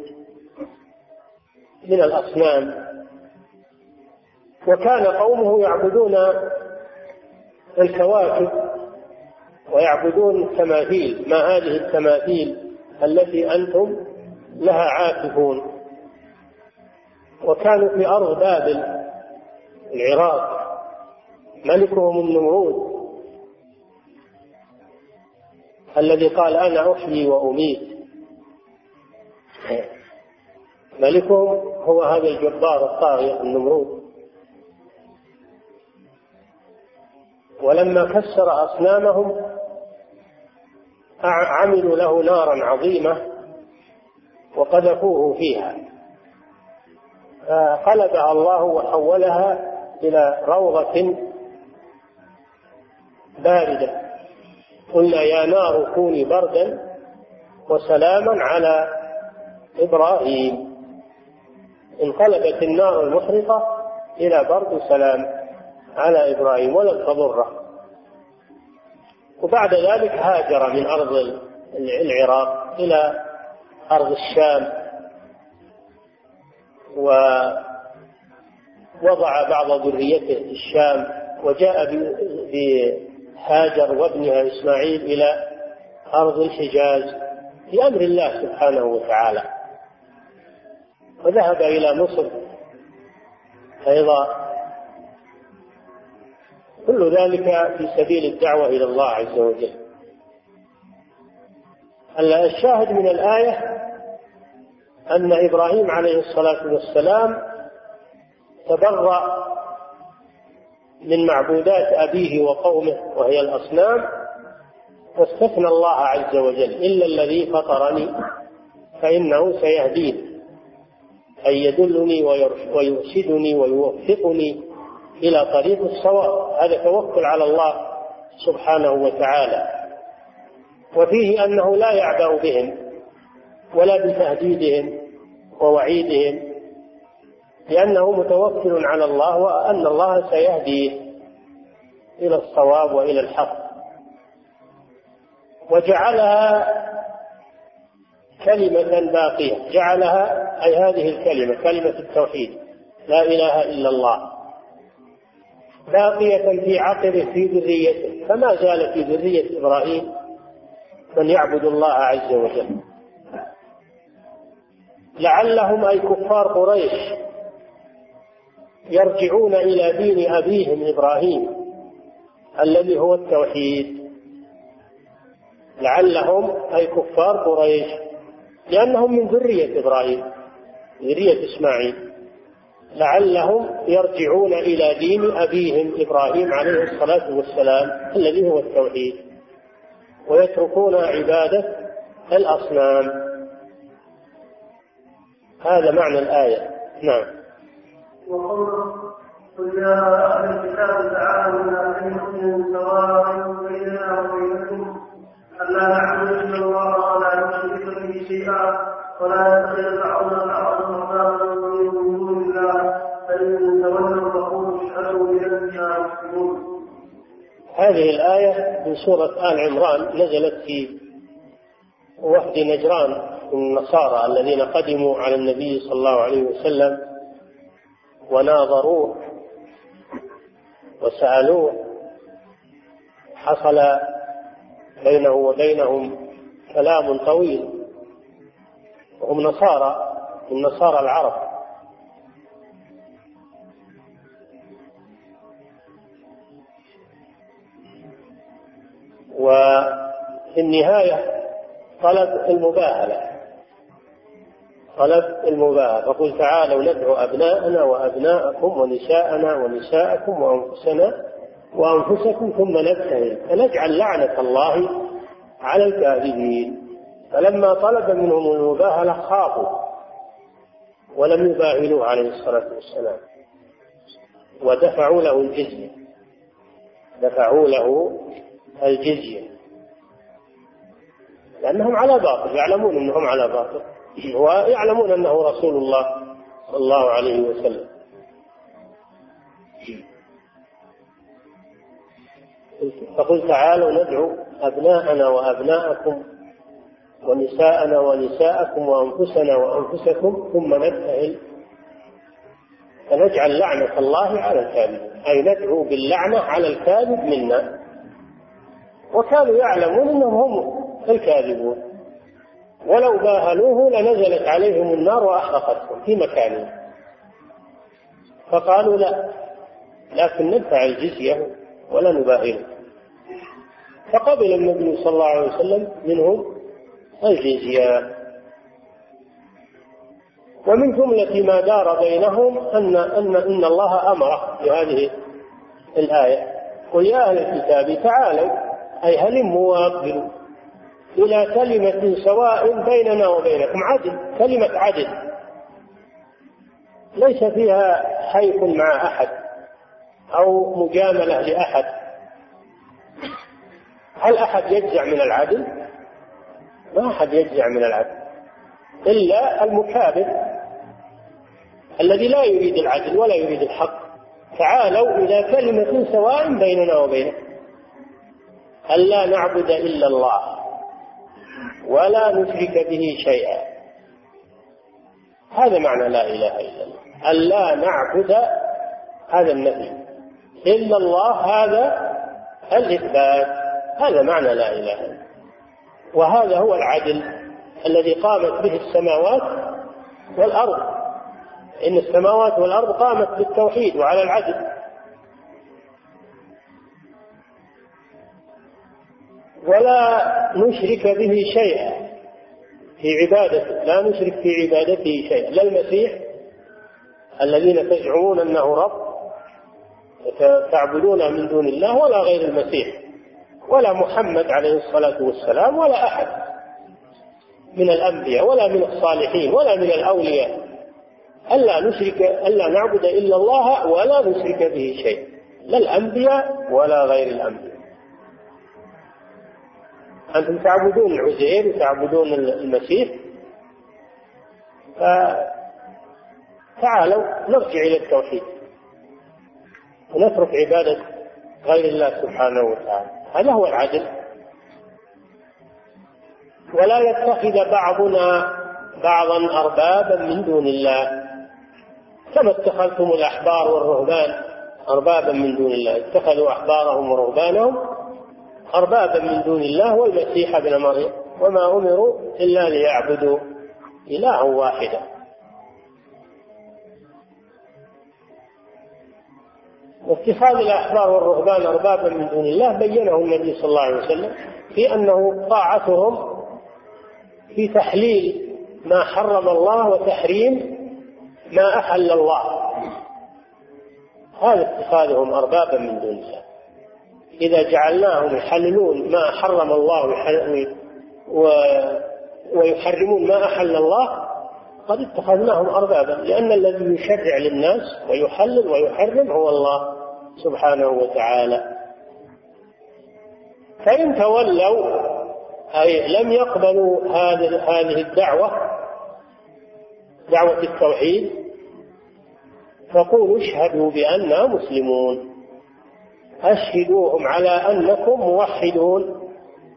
من الأصنام. وكان قومه يعبدون الكواكب ويعبدون التماثيل. ما هذه التماثيل التي أنتم لها عاكفون؟ وكانوا في أرض بابل العراق، ملكهم النمرود الذي قال أنا أحيي وأميت. ملكهم هو هذا الجبار الطاغية النمرود. ولما كسر أصنامهم عملوا له نارا عظيمة وقذفوه فيها، فقلبها الله وحولها إلى روضة باردة. قلنا يا نار كوني بردا وسلاما على إبراهيم. انقلبت النار المحرقة إلى برد سلام على إبراهيم ولم تضره. وبعد ذلك هاجر من أرض العراق إلى أرض الشام، ووضع بعض ذريته في الشام، وجاء بهاجر وابنها إسماعيل إلى أرض الحجاز بأمر الله سبحانه وتعالى، وذهب إلى مصر أيضا. كل ذلك في سبيل الدعوة إلى الله عز وجل. الشاهد من الآية أن إبراهيم عليه الصلاة والسلام تبرأ من معبودات أبيه وقومه وهي الأصنام، واستثنى الله عز وجل إلا الذي فطرني فإنه سيهدين، أي يدلني ويرشدني ويوفقني إلى طريق الصواب. هذا توكل على الله سبحانه وتعالى. وفيه أنه لا يعبأ بهم ولا بتهديدهم ووعيدهم، لأنه متوكل على الله وأن الله سيهديه إلى الصواب وإلى الحق. وجعلها كلمة باقية، جعلها أي هذه الكلمة كلمة التوحيد لا إله إلا الله باقية في عقبه في ذريته، فما زال في ذرية إبراهيم من يعبد الله عز وجل. لعلهم أي كفار قريش يرجعون إلى دين أبيهم إبراهيم الذي هو التوحيد. لعلهم أي كفار قريش، لأنهم من ذرية إبراهيم، ذرية إسماعيل، لعلهم يرجعون إلى دين أبيهم إبراهيم عليه الصلاة والسلام الذي هو التوحيد، ويتركون عبادة الأصنام. هذا معنى الآية. نعم. وقوله قل يا أهل الكتاب تعالوا إلى كلمة سواء بيننا وبينكم ألا نعبد إلا الله ولا نشرك به شيئا ولا يتخذ بعضنا بعضا أربابا من دون الله فإن تولوا فقولوا اشهدوا بأننا مسلمون. هذه الآية من سورة آل عمران نزلت في وفد نجران النصارى الذين قدموا على النبي صلى الله عليه وسلم وناظروه وسألوه، حصل بينه وبينهم كلام طويل، وهم نصارى من نصارى العرب. وفي النهاية طلب المباهلة، فقل تعالوا ندعو أبناءنا وأبناءكم ونساءنا ونساءكم وأنفسنا وأنفسكم ثم نبتهل فنجعل لعنة الله على الكاذبين. فلما طلب منهم المباهلة خافوا ولم يباهلوه عليه الصلاة والسلام، ودفعوا له الجزية لأنهم على باطل، يعلمون أنهم على باطل ويعلمون أنه رسول الله صلى الله عليه وسلم. فقل تعالوا ندعو أبناءنا وأبناءكم ونساءنا ونساءكم وأنفسنا وأنفسكم ثم نبتهل فنجعل لعنة الله على الكاذبين، أي ندعو باللعنة على الكاذب منا. وكانوا يعلمون أنهم هم الكاذبون، ولو باهلوه لنزلت عليهم النار وأحرقتهم في مكانهم، فقالوا لا، لكن ندفع الجزية ولا نباهله. فقبل النبي صلى الله عليه وسلم منهم الجزية. ومن جملة ما دار بينهم أن الله أمره في هذه الآية قل يا أهل الكتاب تعالوا، أي هلموا وأقبلوا إلى كلمة سواء بيننا وبينكم، عدل، كلمة عدل ليس فيها حيف مع أحد أو مجاملة لأحد. هل أحد يجزع من العدل؟ ما أحد يجزع من العدل إلا المكابر الذي لا يريد العدل ولا يريد الحق. تعالوا إلى كلمة سواء بيننا وبينكم ألا نعبد إلا الله ولا نشرك به شيئا. هذا معنى لا إله إلا الله، ألا نعبد هذا النفي، إلا الله هذا الإثبات، هذا معنى لا إله إلا الله. وهذا هو العدل الذي قامت به السماوات والأرض، إن السماوات والأرض قامت بالتوحيد وعلى العدل. ولا نشرك به شيئا في عبادته، لا نشرك في عبادته شيئا، لا المسيح الذين تزعمون أنه رب تعبدون من دون الله، ولا غير المسيح، ولا محمد عليه الصلاة والسلام، ولا أحد من الأنبياء ولا من الصالحين ولا من الأولياء. ألا نعبد إلا الله ولا نشرك به شيئا، لا الأنبياء ولا غير الأنبياء. أنتم تعبدون العزير وتعبدون المسيح، فتعالوا نرجع إلى التوحيد ونترك عبادة غير الله سبحانه وتعالى. هذا هو العدل. ولا يتخذ بعضنا بعضا أربابا من دون الله، كما اتخذتم الأحبار والرهبان أربابا من دون الله، اتخذوا أحبارهم ورهبانهم أربابا من دون الله والمسيح ابن مريم وما أمروا إلا ليعبدوا إلها واحدا. واتخاذ الأحبار والرهبان أربابا من دون الله بينه النبي صلى الله عليه وسلم في أنه طاعتهم في تحليل ما حرم الله وتحريم ما أحل الله، هذا اتخاذهم أربابا من دون الله. إذا جعلناهم يحللون ما حرم الله ويحرمون ما أحل الله قد اتخذناهم أربابا، لأن الذي يشرع للناس ويحلل ويحرم هو الله سبحانه وتعالى. فإن تولوا أي لم يقبلوا هذه الدعوة، دعوة التوحيد، فقولوا اشهدوا بأننا مسلمون، أشهدوهم على أنكم موحدون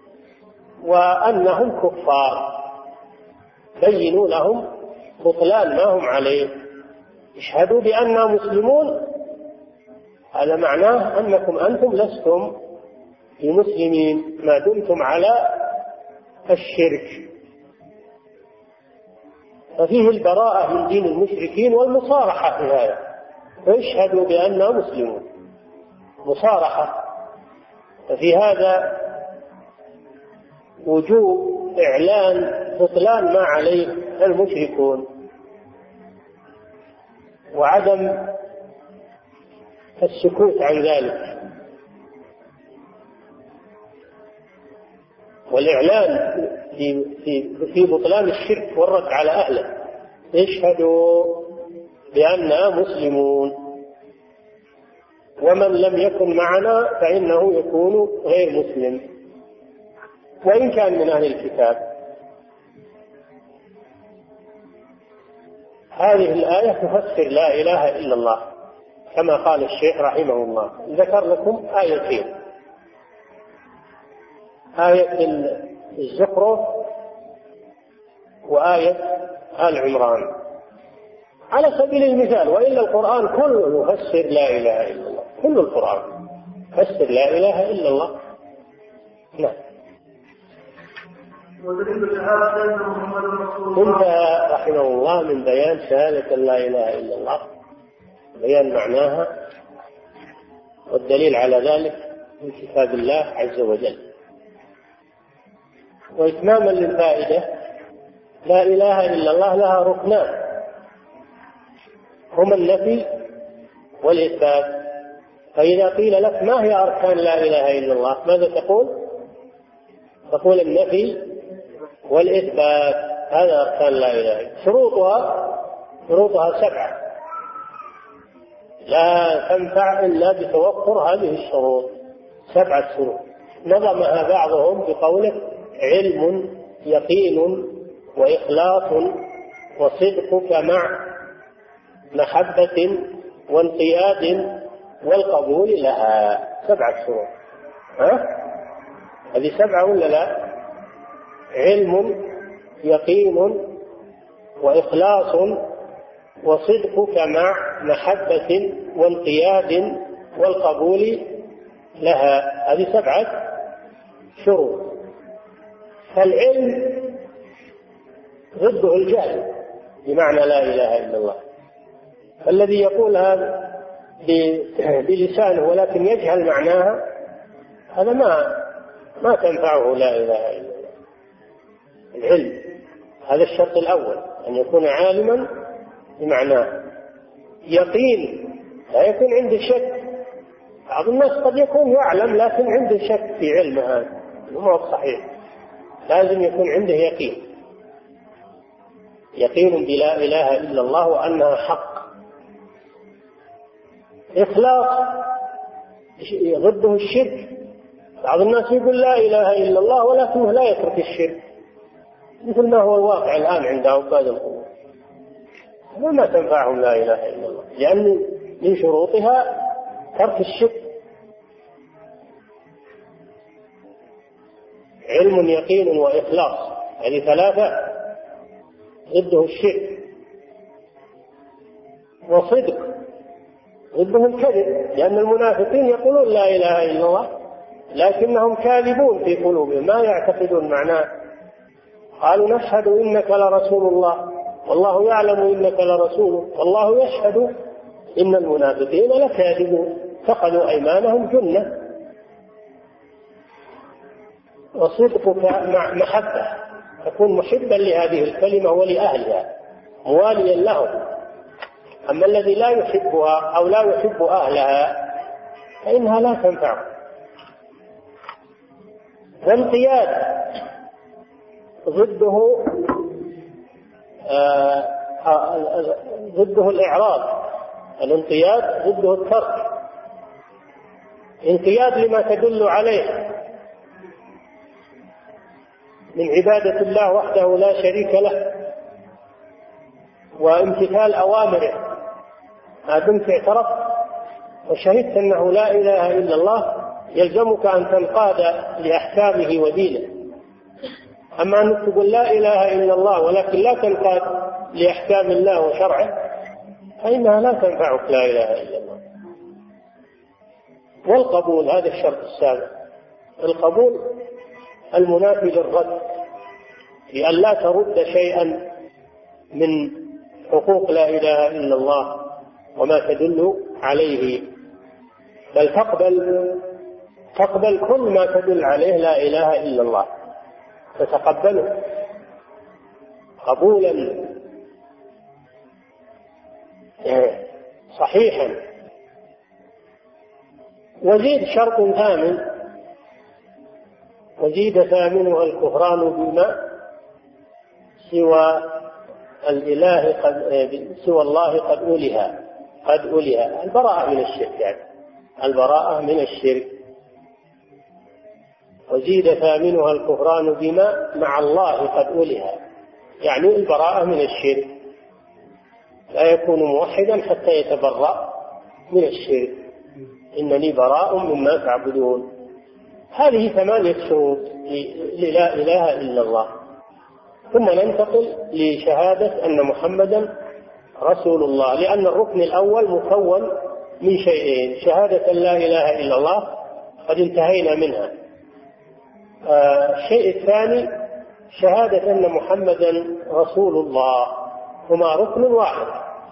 وأنهم كفار، بينوا لهم بطلان ما هم عليه. اشهدوا بأننا مسلمون، هذا معناه أنكم أنتم لستم بمسلمين ما دمتم على الشرك، ففيه البراءة من دين المشركين والمصارحة في هذا. فاشهدوا بأننا مسلمون، مصارحة. ففي هذا وجوب إعلان بطلان ما عليه المشركون وعدم السكوت عن ذلك، والإعلان في بطلان الشرك والرد على أهله. اشهدوا بأننا مسلمون، ومن لم يكن معنا فإنه يكون غير مسلم وإن كان من أهل الكتاب. هذه الآية تفسر لا إله إلا الله كما قال الشيخ رحمه الله. ذكر لكم آيتين، آية الزخرف وآية آل عمران على سبيل المثال، وإلا القرآن كله يفسر لا إله إلا الله، كل القرآن يفسر لا إله إلا الله. نعم. انتهى رحمه الله من بيان شهادة لا إله إلا الله، بيان معناها والدليل على ذلك من كتاب الله عز وجل. وإتماما للفائدة، لا إله إلا الله لها ركنان هما النفي والإثبات. فإذا قيل لك ما هي أركان لا إله إلا الله ماذا تقول؟ تقول النفي والإثبات، هذا أركان لا إله إلا الله. شروطها 7 لا تنفع إلا بتوفر هذه الشروط، 7 شروط نظمها بعضهم بقوله علم يقين وإخلاص وصدقك مع محبة وانقياد والقبول لها. 7 شروط. هذه 7 ولا لا؟ علم يقين وإخلاص وصدقك مع محبة وانقياد والقبول لها، هذه 7 شروط. فالعلم ضده الجهل بمعنى لا إله إلا الله، الذي يقول هذا بلسانه ولكن يجهل معناها هذا ما تنفعه لا إله إلا الله. العلم هذا الشرط الأول، أن يكون عالما بمعناه. يقين لا يكون عنده شك، بعض الناس قد يكون يعلم لكن عنده شك في علمه، هذا ما هو صحيح. لازم يكون عنده يقين، يقين بلا إله إلا الله وأنها حق. إخلاص ضده الشرك، بعض الناس يقول لا إله إلا الله ولكنه لا يترك الشرك، مثل ما هو الواقع الآن عند عباد القبور، وما تنفعهم لا إله إلا الله، لأن من شروطها ترك الشرك. علم يقين وإخلاص، هذه 3 ضده الشرك. وصدق ضده الكذب، لأن المنافقين يقولون لا إله إلا الله لكنهم كاذبون في قلوبهم، ما يعتقدون معناه. قالوا نشهد إنك لرسول الله والله يعلم إنك لرسوله والله يشهد إن المنافقين لكاذبون، اتخذوا أيمانهم جنة. وصدقك مع محبة، تكون محبا لهذه الكلمة ولأهلها مواليا لهم. أما الذي لا يحبها أو لا يحب أهلها فإنها لا تنفعه. والانقياد ضده الإعراض، الانقياد ضده الترك. انقياد لما تدل عليه من عبادة الله وحده لا شريك له وامتثال أوامره، ما دمت اعترفت وشهدت أنه لا إله إلا الله يلزمك أن تنقاد لأحكامه ودينه. أما أن تقول لا إله إلا الله ولكن لا تنقاد لأحكام الله وشرعه فإنها لا تنفعك لا إله إلا الله. والقبول هذا الشرط السابع، القبول المنافي للرد، لأن لا ترد شيئا من حقوق لا إله إلا الله وما تدل عليه، بل تقبل كل ما تدل عليه لا إله إلا الله، تتقبله قبولا صحيحا. وزيد شرط ثامن، وزيد ثامنها الكفران بما سوى الإله سوى الله قد أولها البراءة من الشرك، يعني البراءة من الشرك. وزيد ثامنها الكفران بما مع الله قد أولها، يعني البراءة من الشرك، لا يكون موحدا حتى يتبرأ من الشرك. إنني براء مما تعبدون. هذه 8 شروط للا إله إلا الله. ثم ننتقل لشهادة أن محمدا رسول الله، لأن الركن الأول مكون من شيئين: شهادة لا إله إلا الله قد انتهينا منها. الشيء الثاني شهادة أن محمدا رسول الله، هما ركن واحد.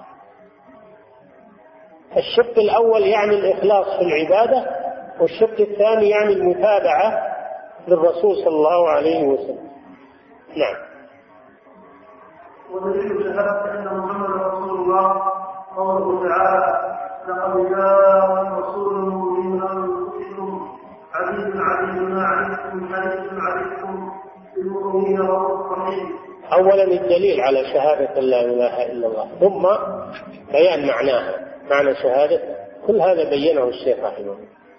الشق الأول يعني الإخلاص في العبادة، والشق الثاني يعني المتابعة للرسول صلى الله عليه وسلم. نعم. ودليل شهادة أن محمد رسول الله قوله تعالى: لقد جاء رسول من أنفسكم عزيز عليه ما عنتم حريص عليكم بالمؤمنين رؤوف رحيم. أولا الدليل على شهادة لا إله إلا الله، ثم بيان معناها، معنى شهادة. كل هذا بينه الشيخ رحمه الله.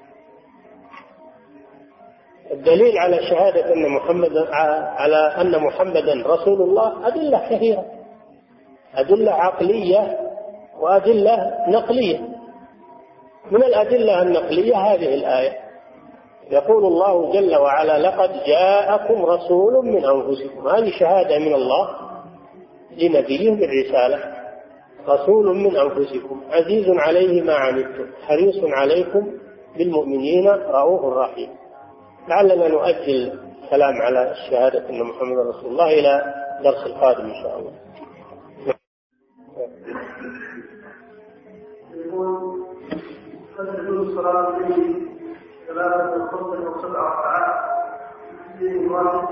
الدليل على شهادة أن محمدا رسول الله أدلة كثيرة، أدلة عقلية وأدلة نقلية. من الأدلة النقلية هذه الآية، يقول الله جل وعلا: لقد جاءكم رسول من أنفسكم. هذه شهادة من الله لنبيه بالرسالة: رسول من أنفسكم عزيز عليه ما عنتم حريص عليكم بالمؤمنين رؤوف رحيم. لعلنا نؤجل الكلام على الشهادة أن محمد رسول الله إلى درس القادم إن شاء الله. يقول: هل تجوز صلاة الليل 3 خمسة أو 7 ركعات في واحد؟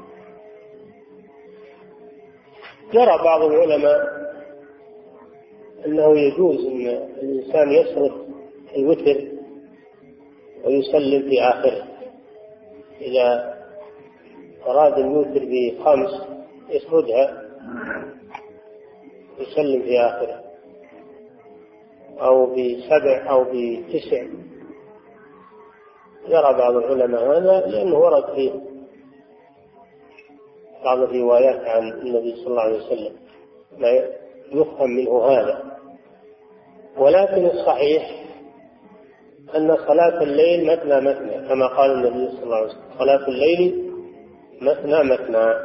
يرى بعض العلماء أنه يجوز أن الإنسان يسرد الوتر ويسلم في آخره. إذا أراد الوتر ب5 يسردها يسلم في آخره، أو ب7 أو ب9. يرى بعض العلماء هذا لأنه ورد في بعض الروايات عن النبي صلى الله عليه وسلم ما يفهم منه هذا. ولكن الصحيح أن صلاة الليل مثنى مثنى، كما قال النبي صلى الله عليه وسلم: صلاة الليل مثنى مثنى،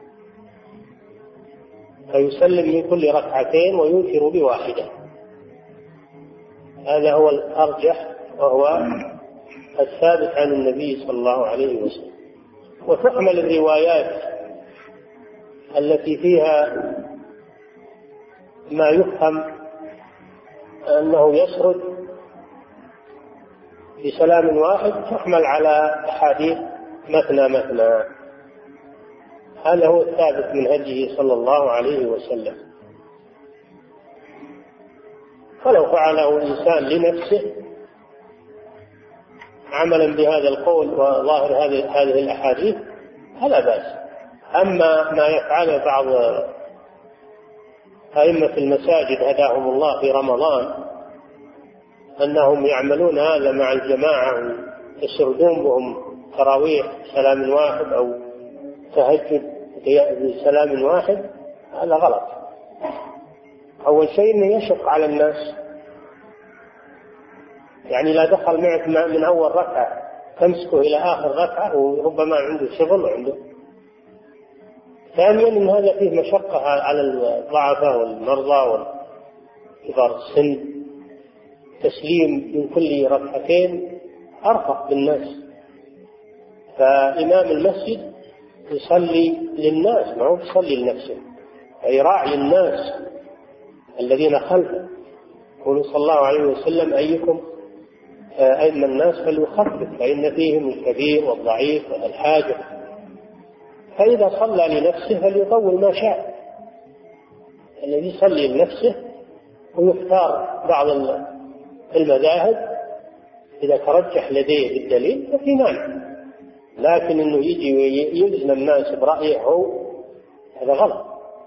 فيسلم من كل 2 ركعتين ويوتر ب1. هذا هو الأرجح وهو الثابت عن النبي صلى الله عليه وسلم. وتحمل الروايات التي فيها ما يفهم أنه يسرد بسلام واحد تحمل على أحاديث مثنى مثنى. هذا هو الثابت من هديه صلى الله عليه وسلم. فلو فعله إنسان لنفسه عملا بهذا القول وظاهر هذه الأحاديث فلا بأس. أما ما يفعله بعض أئمة المساجد هداهم الله في رمضان أنهم يعملون هذا مع الجماعة يسردون بهم تراويح سلام واحد أو تهجد بسلام واحد، هذا غلط. أول شيء أنه يشق على الناس، يعني لا دخل معك من أول ركعة تمسكه إلى آخر ركعة وربما عنده شغل عنده. ثانيا أن هذا فيه مشقة على الضعفاء والمرضى وكبار السن. تسليم من كل ركعتين أرفق بالناس. فإمام المسجد يصلي للناس ما هو يصلي لنفسه، أي راعي الناس الذين خلفه. يقول صلى الله عليه وسلم أيكم أئم الناس فليخفف فإن فيهم الكبير والضعيف والحاجة. فإذا صلى لنفسه فليطول ما شاء. الذي يصلي لنفسه ويختار بعض المذاهب إذا ترجح لديه الدليل ففي مانع، لكن إنه يجي ويلزم الناس برأيه هو هذا غلط.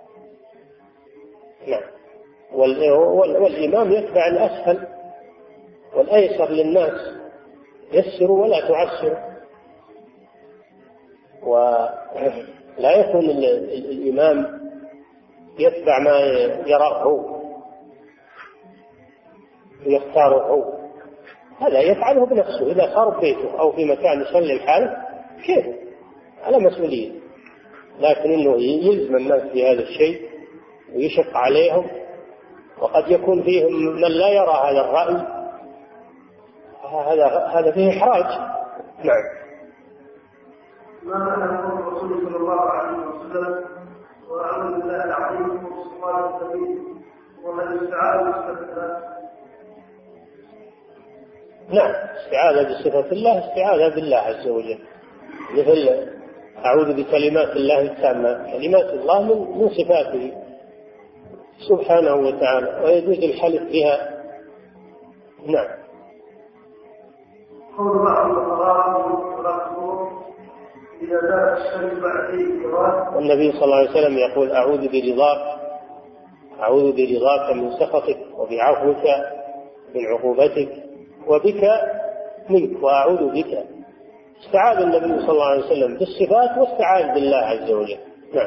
نعم. والإمام يتبع الأسهل والأيسر للناس، يسروا ولا تعسروا. ولا يكون الإمام يتبع ما يراه هو ويختاره هو، هذا يفعله بنفسه. إذا صار بيته أو في مكان يصلي الحال كيف على مسؤولية، لكن إنه يلزم الناس بهذا الشيء ويشق عليهم، وقد يكون فيهم من لا يرى هذا الرأي، هذا فيه إحراج. نعم. ما معنى قول الرسول صلى الله عليه وسلم وأعوذ بالله العظيم من الشيطان الرجيم ومن استعاذ بصفة؟ نعم، استعاذة بصفة الله استعاذة بالله عز وجل، مثل أعوذ بكلمات الله التامة. كلمات الله من صفاته سبحانه وتعالى ويجوز الحلف بها. نعم. قول بعض الفقهاء إذا زالت الشمس بعد والنبي صلى الله عليه وسلم يقول أعوذ برضاك من سخطك وبعفوك من عقوبتك وبك منك وأعوذ بك. استعاذ النبي صلى الله عليه وسلم بالصفات واستعاذ بالله عز وجل. نعم.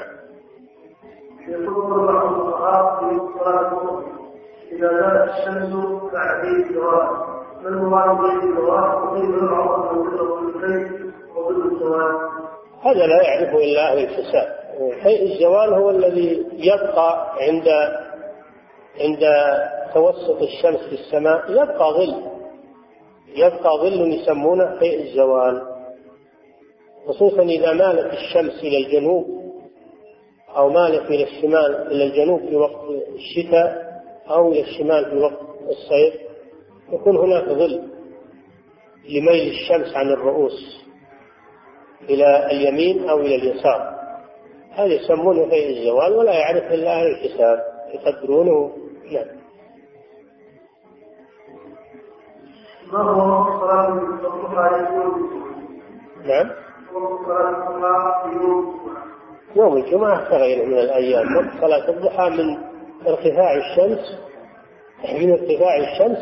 يقول بعض الفقهاء في صلاة إذا زالت الشمس بعد الزوال من المراد بالزوال وكيف يعرف من الليل وظل الزوال؟ هذا لا يعرفه إلا أهل الحساب. شيء الزوال هو الذي يبقى عند توسط الشمس في السماء، يبقى ظل يسمونه شيء الزوال، خصوصا إذا مالت الشمس إلى الجنوب أو مالت إلى الشمال إلى الجنوب في وقت الشتاء أو إلى الشمال في وقت الصيف، يكون هناك ظل لميل الشمس عن الرؤوس إلى اليمين أو إلى اليسار. هذا يسمونه شيء الزوال ولا يعرف إلا أهل الحساب يقدرونه. نعم. ما هو صلاة الضحى نعم. يوم الجمعة كغيره من الأيام. وقت صلاة الضحى من ارتفاع الشمس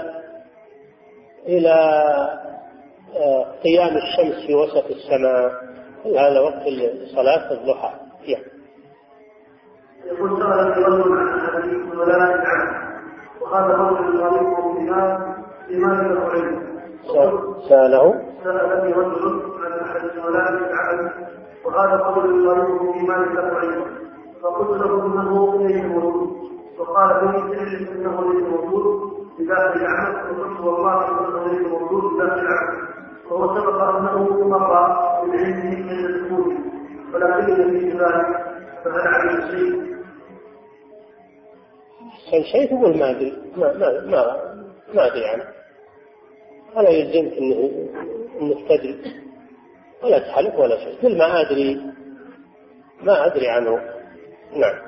إلى قيام الشمس في وسط السماء، هذا وقت صلاة الضحى. يقول سأل رجل عن الحديث ولا عنه وهذا رجل غريب لماذا العلم؟ سأله رجل عن الحديث ولا عنه وهذا قول غريب لماذا العلم؟ فقلت له انه ليس موجود، وقال لي تعلم انه ليس موجود بداخل العمل، وقلت والله انه ليس موجود بداخل العمل، وهو سبق انه مر بالعلم من الدخول ولكن في ذلك فهل عليه شيء؟ شيء تقول ما أدري، ما أدري عنه. ولا يلزمك أنك تدري ولا تحلف ولا شيء. كل ما أدري عنه. نعم.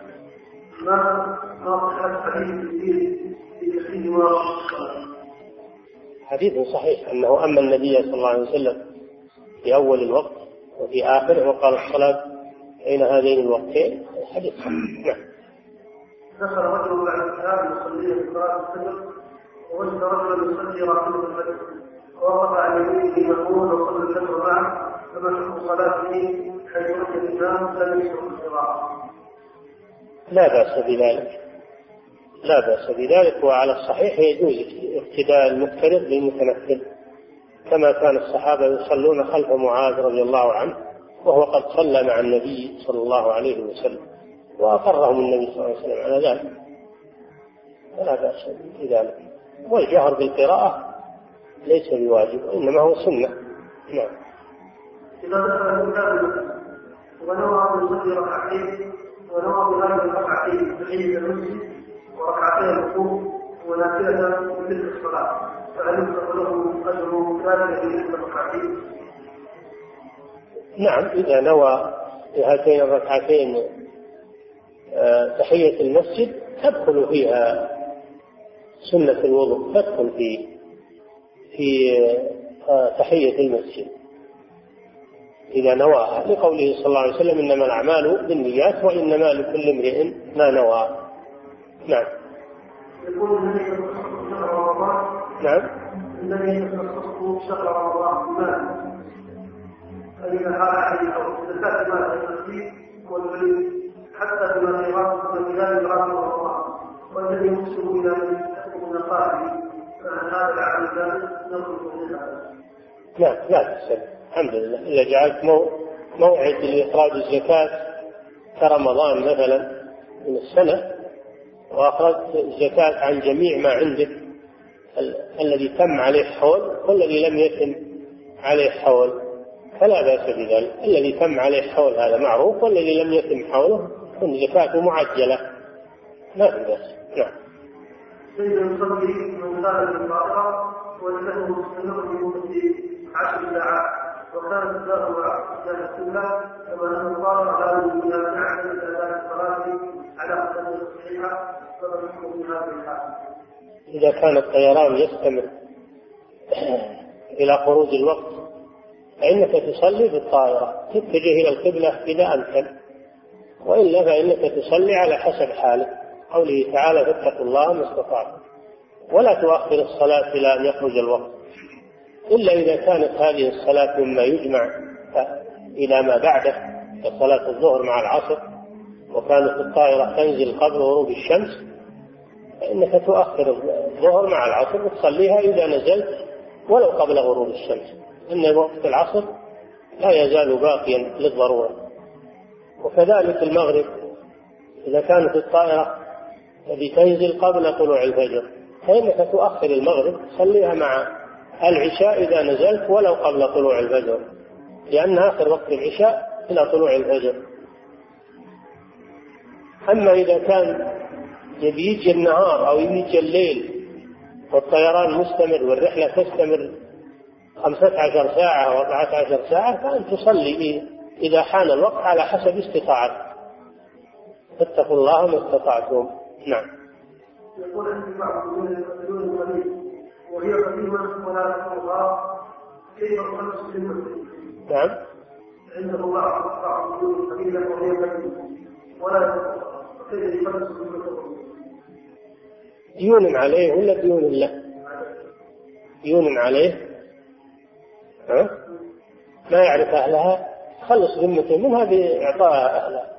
حديث صحيح أنه أما النبي صلى الله عليه وسلم في أول الوقت وفي آخره وقال الصلاة بين هذين الوقتين. حديث صحيح. نعم. دخل رجل بعد الكتاب يصلي في صلاة الفجر ووجد رجلا يصلي ركعتين الفجر ووقف على يمينه مأمون وصلى الفجر معه فما حكم صلاته حيث وجد الإمام لم يشرع القراءة؟ لا بأس بذلك، لا بأس بذلك. وعلى الصحيح يجوز اقتداء المقترب بالمتنفل كما كان الصحابة يصلون خلف معاذ رضي الله عنه وهو قد صلى مع النبي صلى الله عليه وسلم وأقرهم النبي صلى الله عليه وسلم على ذلك، فلا بأس بذلك. والجهر بالقراءة ليس بواجب وإنما هو سنة. نعم. إذا دخل الإمام ونوى أن يصلي ركعتين ونوى بهذه الركعتين تحية المسجد وركعتين الركوع ونافلة مثل الصلاة فهل يكتب له أجر ذلك في الركعتين؟ نعم، إذا نوى بهاتين الركعتين تحية المسجد تدخل فيها سنة الوضوء، تدخل في تحية المسجد إذا نواها، لقوله صلى الله عليه وسلم إنما الأعمال بالنيات وإنما لكل امرئ ما نوى. نعم. نعم. الذي يخصصه شهر رمضان فإذا حال عليه أو زكاة ما المسجد والولي حتى بما في رأس وبلاد رأس رمضان والذي يقسم إلى من قائله فهل هذا العمل ذلك نخرج من هذا؟ لا تسلم. الحمد لله. إذا جعلت موعد لإخراج الزكاة كرمضان مثلا من السنة وأخرجت الزكاة عن جميع ما عندك الذي تم عليه حول والذي لم يتم عليه حول فلا بأس بذلك. الذي تم عليه حول هذا معروف والذي لم يتم حوله تكون زكاته معجلة لا بأس. نعم. سيد يصلي من كان بالباطرة وله مستمر لمدة 10 ساعات وكانت الزهر والعصر كلها كما أنه قال على من يعمل إلى الصلاة على قدر الصحيحة فنحكم في هذه الحالة. إذا كان الطيران يستمر إلى خروج الوقت فإنك تصلي بالطائرة تتجه إلى القبلة إذا أمكن، وإلا فإنك تصلي على حسب حالك. قوله تعالى فاتقوا الله ما استطعتم ولا تؤخر الصلاة إلى أن يخرج الوقت إلا إذا كانت هذه الصلاة مما يجمع إلى ما بعده كصلاة الظهر مع العصر وكانت الطائرة تنزل قبل غروب الشمس فإنك تؤخر الظهر مع العصر وتصليها إذا نزلت ولو قبل غروب الشمس، إن وقت العصر لا يزال باقيا للضرورة. وكذلك المغرب إذا كانت الطائرة التي تنزل قبل طلوع الفجر فإنك تؤخر المغرب تصليها مع العشاء إذا نزلت ولو قبل طلوع الفجر لأن آخر وقت العشاء إلى طلوع الفجر. أما إذا كان يجي النهار أو يجي الليل والطيران مستمر والرحلة تستمر 15 ساعة أو 14 ساعة فأن تصلي إذا حان الوقت على حسب استطاعتك. فاتقوا الله ما استطعتم. نعم. يقول أنت بعض بدون قليل وهي قديمة ولا تقوها كيف تخلص للمسلم؟ نعم. عنده بعض بدون قليلة وهي قديمة ولا تقوها كيف يخلص للمسلم؟ ديون عليه ولا ديون له؟ ديون عليه ما يعرف أهلها خلص ذمته منها بإعطائها أهلها،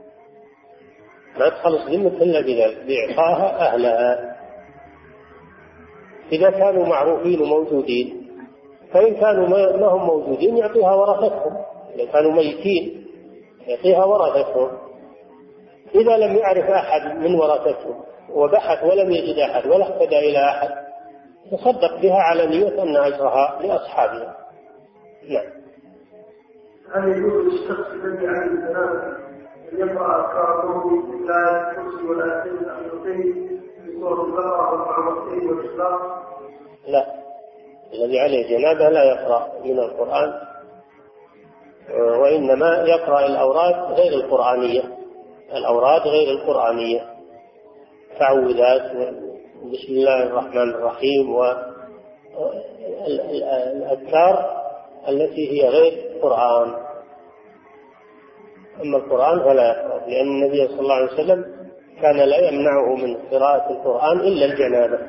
ما تخلص ذمته إلا بذلك بإعطائها أهلها إذا كانوا معروفين وموجودين. فإن كانوا ما هم موجودين يعطيها ورثتهم، إذا كانوا ميتين يعطيها ورثتهم. إذا لم يعرف أحد من ورثتهم وبحث ولم يجد أحد ولا اهتدى إلى أحد تصدق بها على نية أن أجرها لأصحابها. نعم. هل يجوز للشخص الذي عليه السلام أن يقرأ أذكاره لا الكرسي ولا الأخيرتين في سورة البقرة والمعوذتين والإخلاص؟ لا الذي عليه جنابة لا يقرأ من القرآن، وإنما يقرأ الأوراد غير القرآنية، الأوراد غير القرآنية، تعوذات بسم الله الرحمن الرحيم والأذكار التي هي غير قرآن. أما القرآن فلا يقرأ، لأن النبي صلى الله عليه وسلم كان لا يمنعه من قراءة القرآن إلا الجنابة.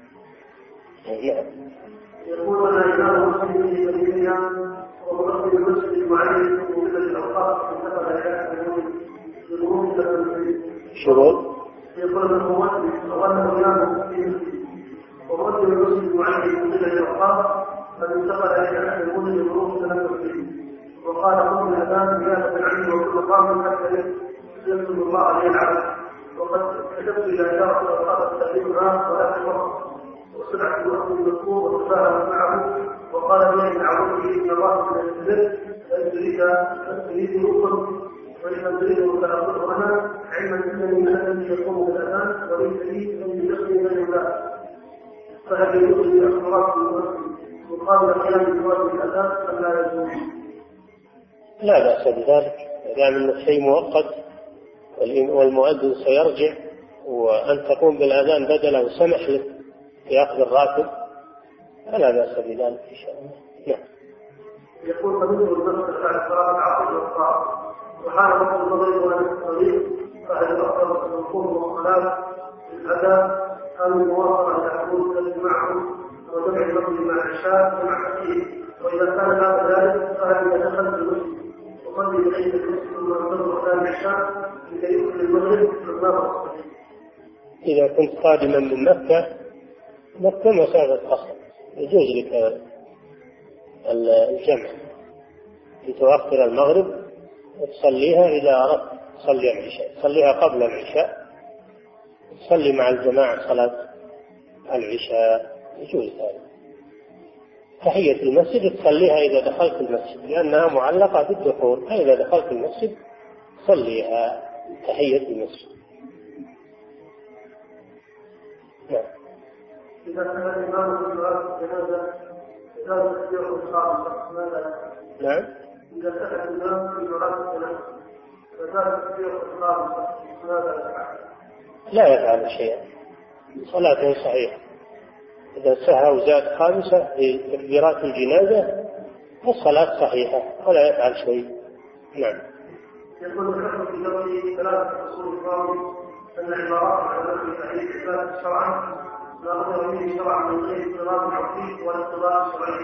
يقول أنا إمام مسلم في مدينة ومرتب المسجد وعليه وجود الأوقات انتقل إلى شروط يقول المؤمن وأنه إمام في المسجد ومرتب المسجد وعليه وجود الأوقات فانتقل إلى أهل المسجد الظروف تنفذ وقال قوم الأذان زيادة العلم وكل قام حتى يسلم الله عليه العبد. وقد كتبت إلى شرط وقال تستخدمها ولكن وقت وسمعت الوقت المذكور وتفاهم معه وقال لي ان اعوذ به من الله من السر تريد ركن ولمن تريد متاخر هنا علما انني من الذي يقوم بالاذان وليس لي ان يدخل من الله فهل يدخل الاخبارات في المسجد مقابل قيام بواجب الاذان ام لا يجوز؟ لا بأس بذلك، دام أنه شيء مؤقت والمؤذن سيرجع وأن تقوم بالأذان بدله وسمح لك في أخذ الراتب فلا بأس بذلك إن شاء الله. نعم. يقول فمنه النص بعد صلاة العصر والصلاة وحال وقت المغرب وأنا الطريق فهل الأفضل أن نقوم بالصلاة بالأذان أم الموافقة على حدود معهم وجمع المغرب مع العشاء مع التأكيد؟ وإذا كان هذا ذلك فهل إذا دخلت المسجد وصلي بقية المسجد ثم أنتظر وكان العشاء لكي يدخل المغرب فالنار. إذا كنت قادما من مكة مسافة قصر يجوز لك الجمع لتؤخر المغرب وتصليها إذا أردت تصلي العشاء، تصليها قبل العشاء، تصلي مع الجماعة صلاة العشاء يجوز هذا. تحية المسجد تصليها إذا دخلت المسجد لأنها معلقة بالدخول، فإذا دخلت المسجد صليها تحية المسجد. نعم. إذا كان الإمام في صلاة الجنازة لا تكبير الخامسة ماذا؟ نعم. إذا كان الإمام في صلاة الجنازة فلا تكبير الخامسة ماذا يفعل؟ لا يفعل شيئا، صلاته صحيحة. إذا سهى وزاد خامسة في تكبيرات الجنازة الصلاة صحيحة ولا يفعل شيء. نعم. يقول الحكم في دوري ثلاثة أصول الفاضل أن العبارات عن التي تعيش الإثبات شرعا لا غير منه شرعا من غير اضطراب عرفي ولا اضطراب شرعي.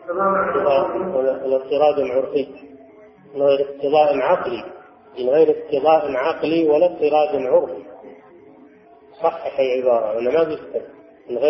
الاضطراب العرفي من غير اقتضاء عقلي، من غير اقتضاء عقلي ولا اضطراب عرفي. صحح العبارة أنا ما بيكتب من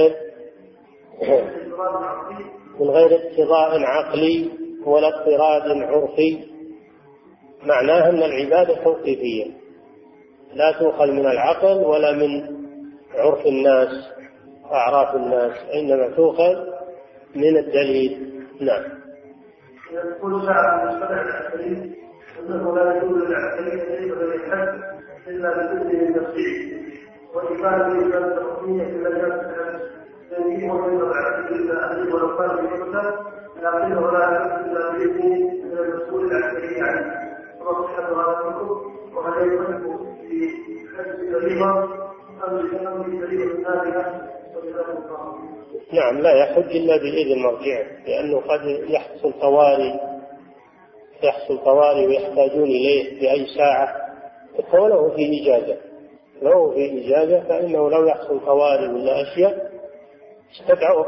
غير اقتضاء عقلي ولا اضطراب عرفي، معناها أن العبادة توقيفية لا تؤخذ من العقل ولا من عرف الناس أعراف الناس، إنما تؤخذ من الدليل. نعم. يقول شعب المجتمع العسكري أنه لا يجوز للعسكري أن يدخل الحج إلا بإذن التفصيل وإفادة الإنسان التقنية في مجال الحج يمكنه أن يضع إلى أهله ولو كان بمكة لكنه لا يجوز إلا بإذن من المسؤول العسكري عنه. وصحة هذا الحكم وهل يكون في حج كريمة أم في كريمة نادرة؟ نعم لا يحج إلا بإذن مرجعه، لأنه قد يحصل طوارئ ويحتاجون إليه في أي ساعة، فلو في إجازة فإنه لو يحصل طوارئ ولا أشياء استدعوه،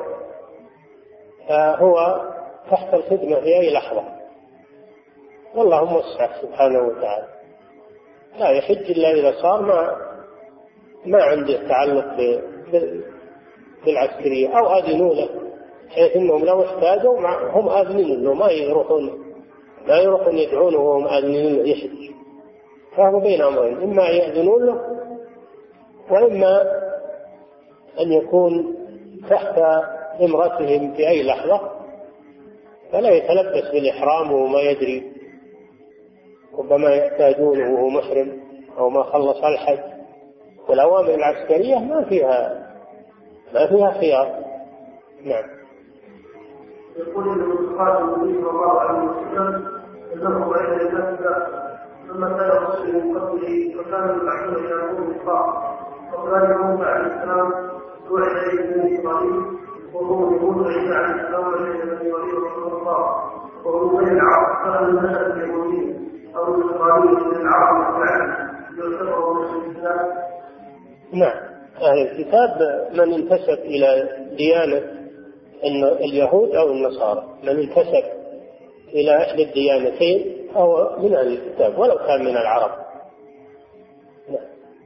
فهو تحت الخدمة في أي لحظة، والله موسع سبحانه وتعالى. لا يحج إلا إذا صار ما عنده تعلق بالعسكرية أو آذنوا له، حيث أنهم لو احتاجوا هم آذنين له، ما يروحون يدعونه وهم آذنين له يحج، فهو بين أمرين، إما يأذنون له وإما أن يكون تحت إمرتهم في أي لحظة فلا يتلبس بالإحرام وما يدري، ربما يحتاجونه وهو محرم أو ما خلص الحج. والأوامر العسكرية ما فيها خيار. نعم. يقول ابن النبي صلى الله عليه وسلم انه بعد الناس ثم كان الرسول من قبله فكانوا يدعون الى نور الصلاه وكان موسى عليه السلام دعي اليه بني اسرائيل وهو يقول عيسى عليه السلام وليس بني اسرائيل رسول الله وهو من العرب فهل نشأ اليهودي او الاسرائيلي من العرب والعلم يعتبر من الاسلام؟ نعم، أهل الكتاب من انتسب إلى ديانة اليهود أو النصارى، من انتسب إلى أحد الديانتين أو من أهل الكتاب ولو كان من العرب. نعم.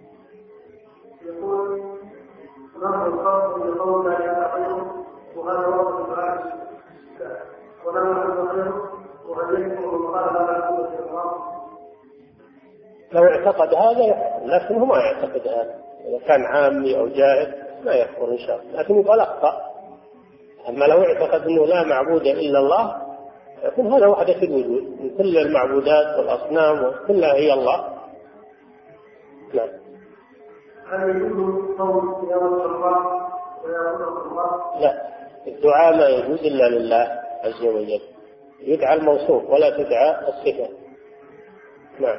يقول نحن الخاص بقول لا يعتقد وهذا وقت العكس ولا نحن غيره وهل يكون قال هذا قوة الله؟ لو اعتقد هذا لكن هو ما يعتقد هذا، إذا كان عامي أو جاهل لا يكفر إن شاء الله، لكن يقول أخطأ. أما لو اعتقد أنه لا معبود إلا الله يكون هذا وحدة الوجود من كل المعبودات والأصنام كلها هي الله. نعم. هل يجوز قول يا الله ويا الله؟ لا، الدعاء ما يجوز إلا لله عز وجل، يدعى الموصوف ولا تدعى الصفة. نعم.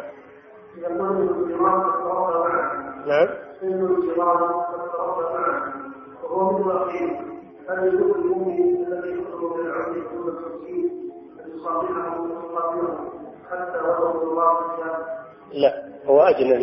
نعم. وهو من الأخير هل يجوز المؤمن الذي يخرج من العبد كل التوحيد أن يصالحه ويصالحه حتى ولو الله؟ لا، هو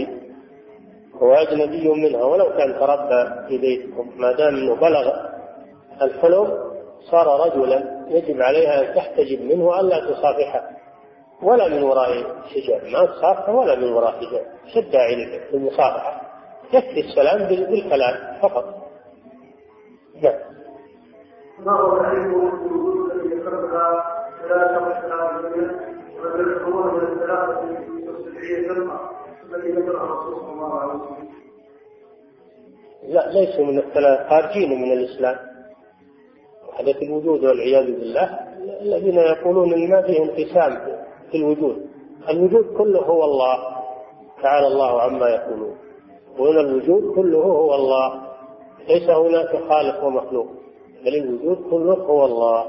أجنبي منها ولو كان تربى في بيتكم، ما دام أنه بلغ الحلم صار رجلا يجب عليها أن تحتجب منه ألا تصافحه ولا من وراء حجاب، ما تصافحه ولا من وراء حجاب، شد عليك المصافحة، يكفي السلام بالكلام فقط. نعم. ما هو تعريف الوجود الذي ذكرتها ثلاثة الجميع وذكروا من الثلاثة والسبعين فرقة التي ذكرها الرسول صلى الله عليه وسلم؟ لا، ليسوا من الثلاثة، خارجين من الإسلام، وحدة الوجود والعياذ بالله، الذين يقولون إن ما فيه انقسام في الوجود، الوجود كله هو الله تعالى الله عما يقولون، وإن الوجود كله هو الله، ليس هناك خالق ومخلوق، بل الوجود كله هو الله.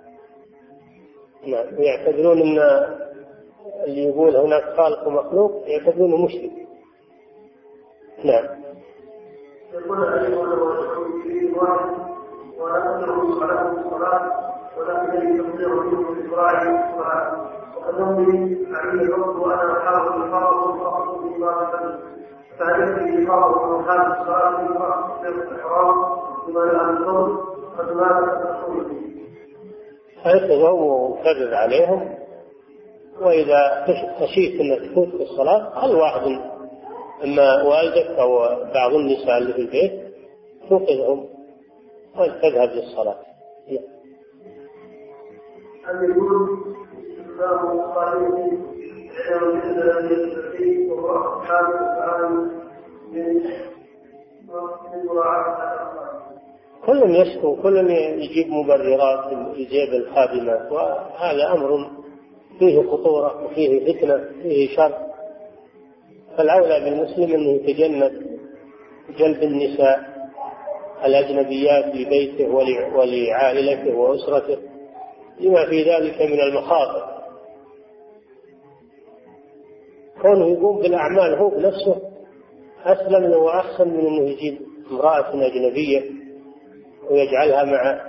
نعم. يعتبرون أن اللي يقول هناك خالق ومخلوق يعتبرونه مشرك. نعم. يقول أيها الرسول في واحد ولا تدعوا على الصلاة ولكن يستطيع منه إسرائيل الصلاة وكذلك عليه الرب وأنا أحاول الفاظ فقط بإمارة فهذه الفاظ من هذه الصلاة في الإحرام بما لا الصوت فماذا تقول به؟ فيتزووا وكرر عليهم، وإذا خشيت أن تفوت في الصلاة قال واحد أما والدك أو بعض النساء اللي في البيت توقظهم وتذهب للصلاة. هل يقول استخدام الصالحين عند التي وهو حال من مراعاة كل يشكو، كل يجيب مبررات يجيب الخادمات، وهذا أمر فيه خطورة وفيه فتنة فيه شر، فالأولى بالمسلم أنه يتجنب جلب النساء الأجنبيات لبيته ولعائلته وأسرته لما في ذلك من المخاطر. كونه يقوم بالأعمال هو بنفسه أسلم له وأحسن من أنه يجيب امرأة أجنبية ويجعلها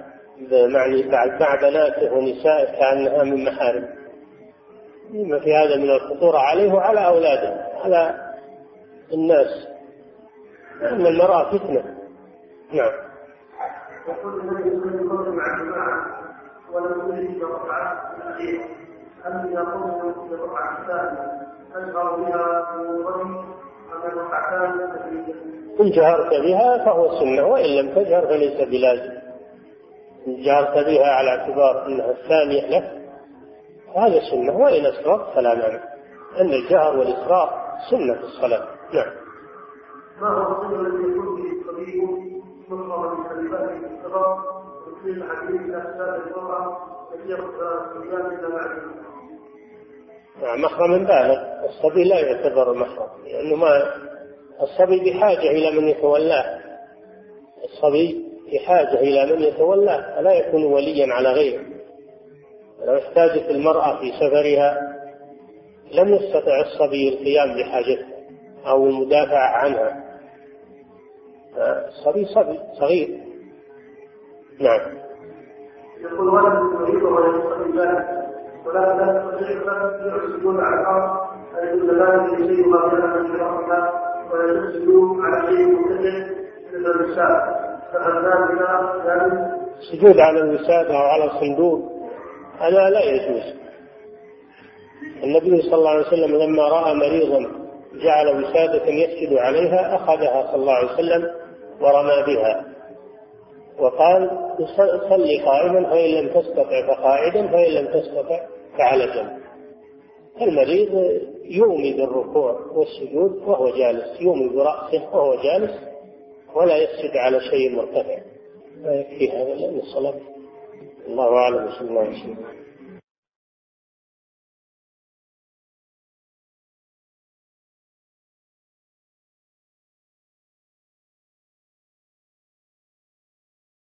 مع بناته ونسائه كأنها من محارم، لما في هذا من الخطورة عليه وعلى أولاده على الناس، لأن المرأة فتنة. نعم. يقول النبي صلى الله عليه وسلم ولم يجد ركعة الأخيرة هل يقوم بركعة ثانية أشعر بها من الرجل أم الركعتان التي إن جهرت بها فهو سنة، وإن لم تجهر فليس بلازم. إن جهرت بها على اعتبار أنها الثانية لك هذا سنة، وإن أسررت فلا مانع، أن الجهر والإسرار سنة في الصلاة. نعم. ما هو السر الذي يكون به الطبيب مصرا من كلمات الصغر وفي الحديث الأسباب الأخرى التي يخرج إلى معرفة؟ محرم بالغ، الصبي لا يعتبر محرم، لأنه ما الصبي بحاجة إلى من يتولاه، الصبي بحاجة إلى من يتولاه فلا يكون وليا على غيره، لو احتاجت المرأة في سفرها لم يستطع الصبي القيام بحاجته أو المدافع عنها، الصبي صغير. نعم. يقول ولد مريض ولا يستطيع ذلك ولكن لا يستطيع السجود على الأرض، يجوز ذلك لشيء ما كان في رأسها ولا السجود على شيء مختلف مثل النساء، فهل ذلك السجود على الوسادة أو على الصندوق هذا لا يجوز. النبي صلى الله عليه وسلم لما رأى مريضا جعل وسادة يسجد عليها أخذها صلى الله عليه وسلم ورمى بها وقال صلي قائما فإن لم تستطع فقاعدا فإن لم تستطع فعلى جنب. المريض يومي بالركوع والسجود وهو جالس، يومي برأسه وهو جالس ولا يسجد على شيء مرتفع، لا يكفي هذا لأن الصلاة. الله أعلم. بسم الله الرحمن الرحيم.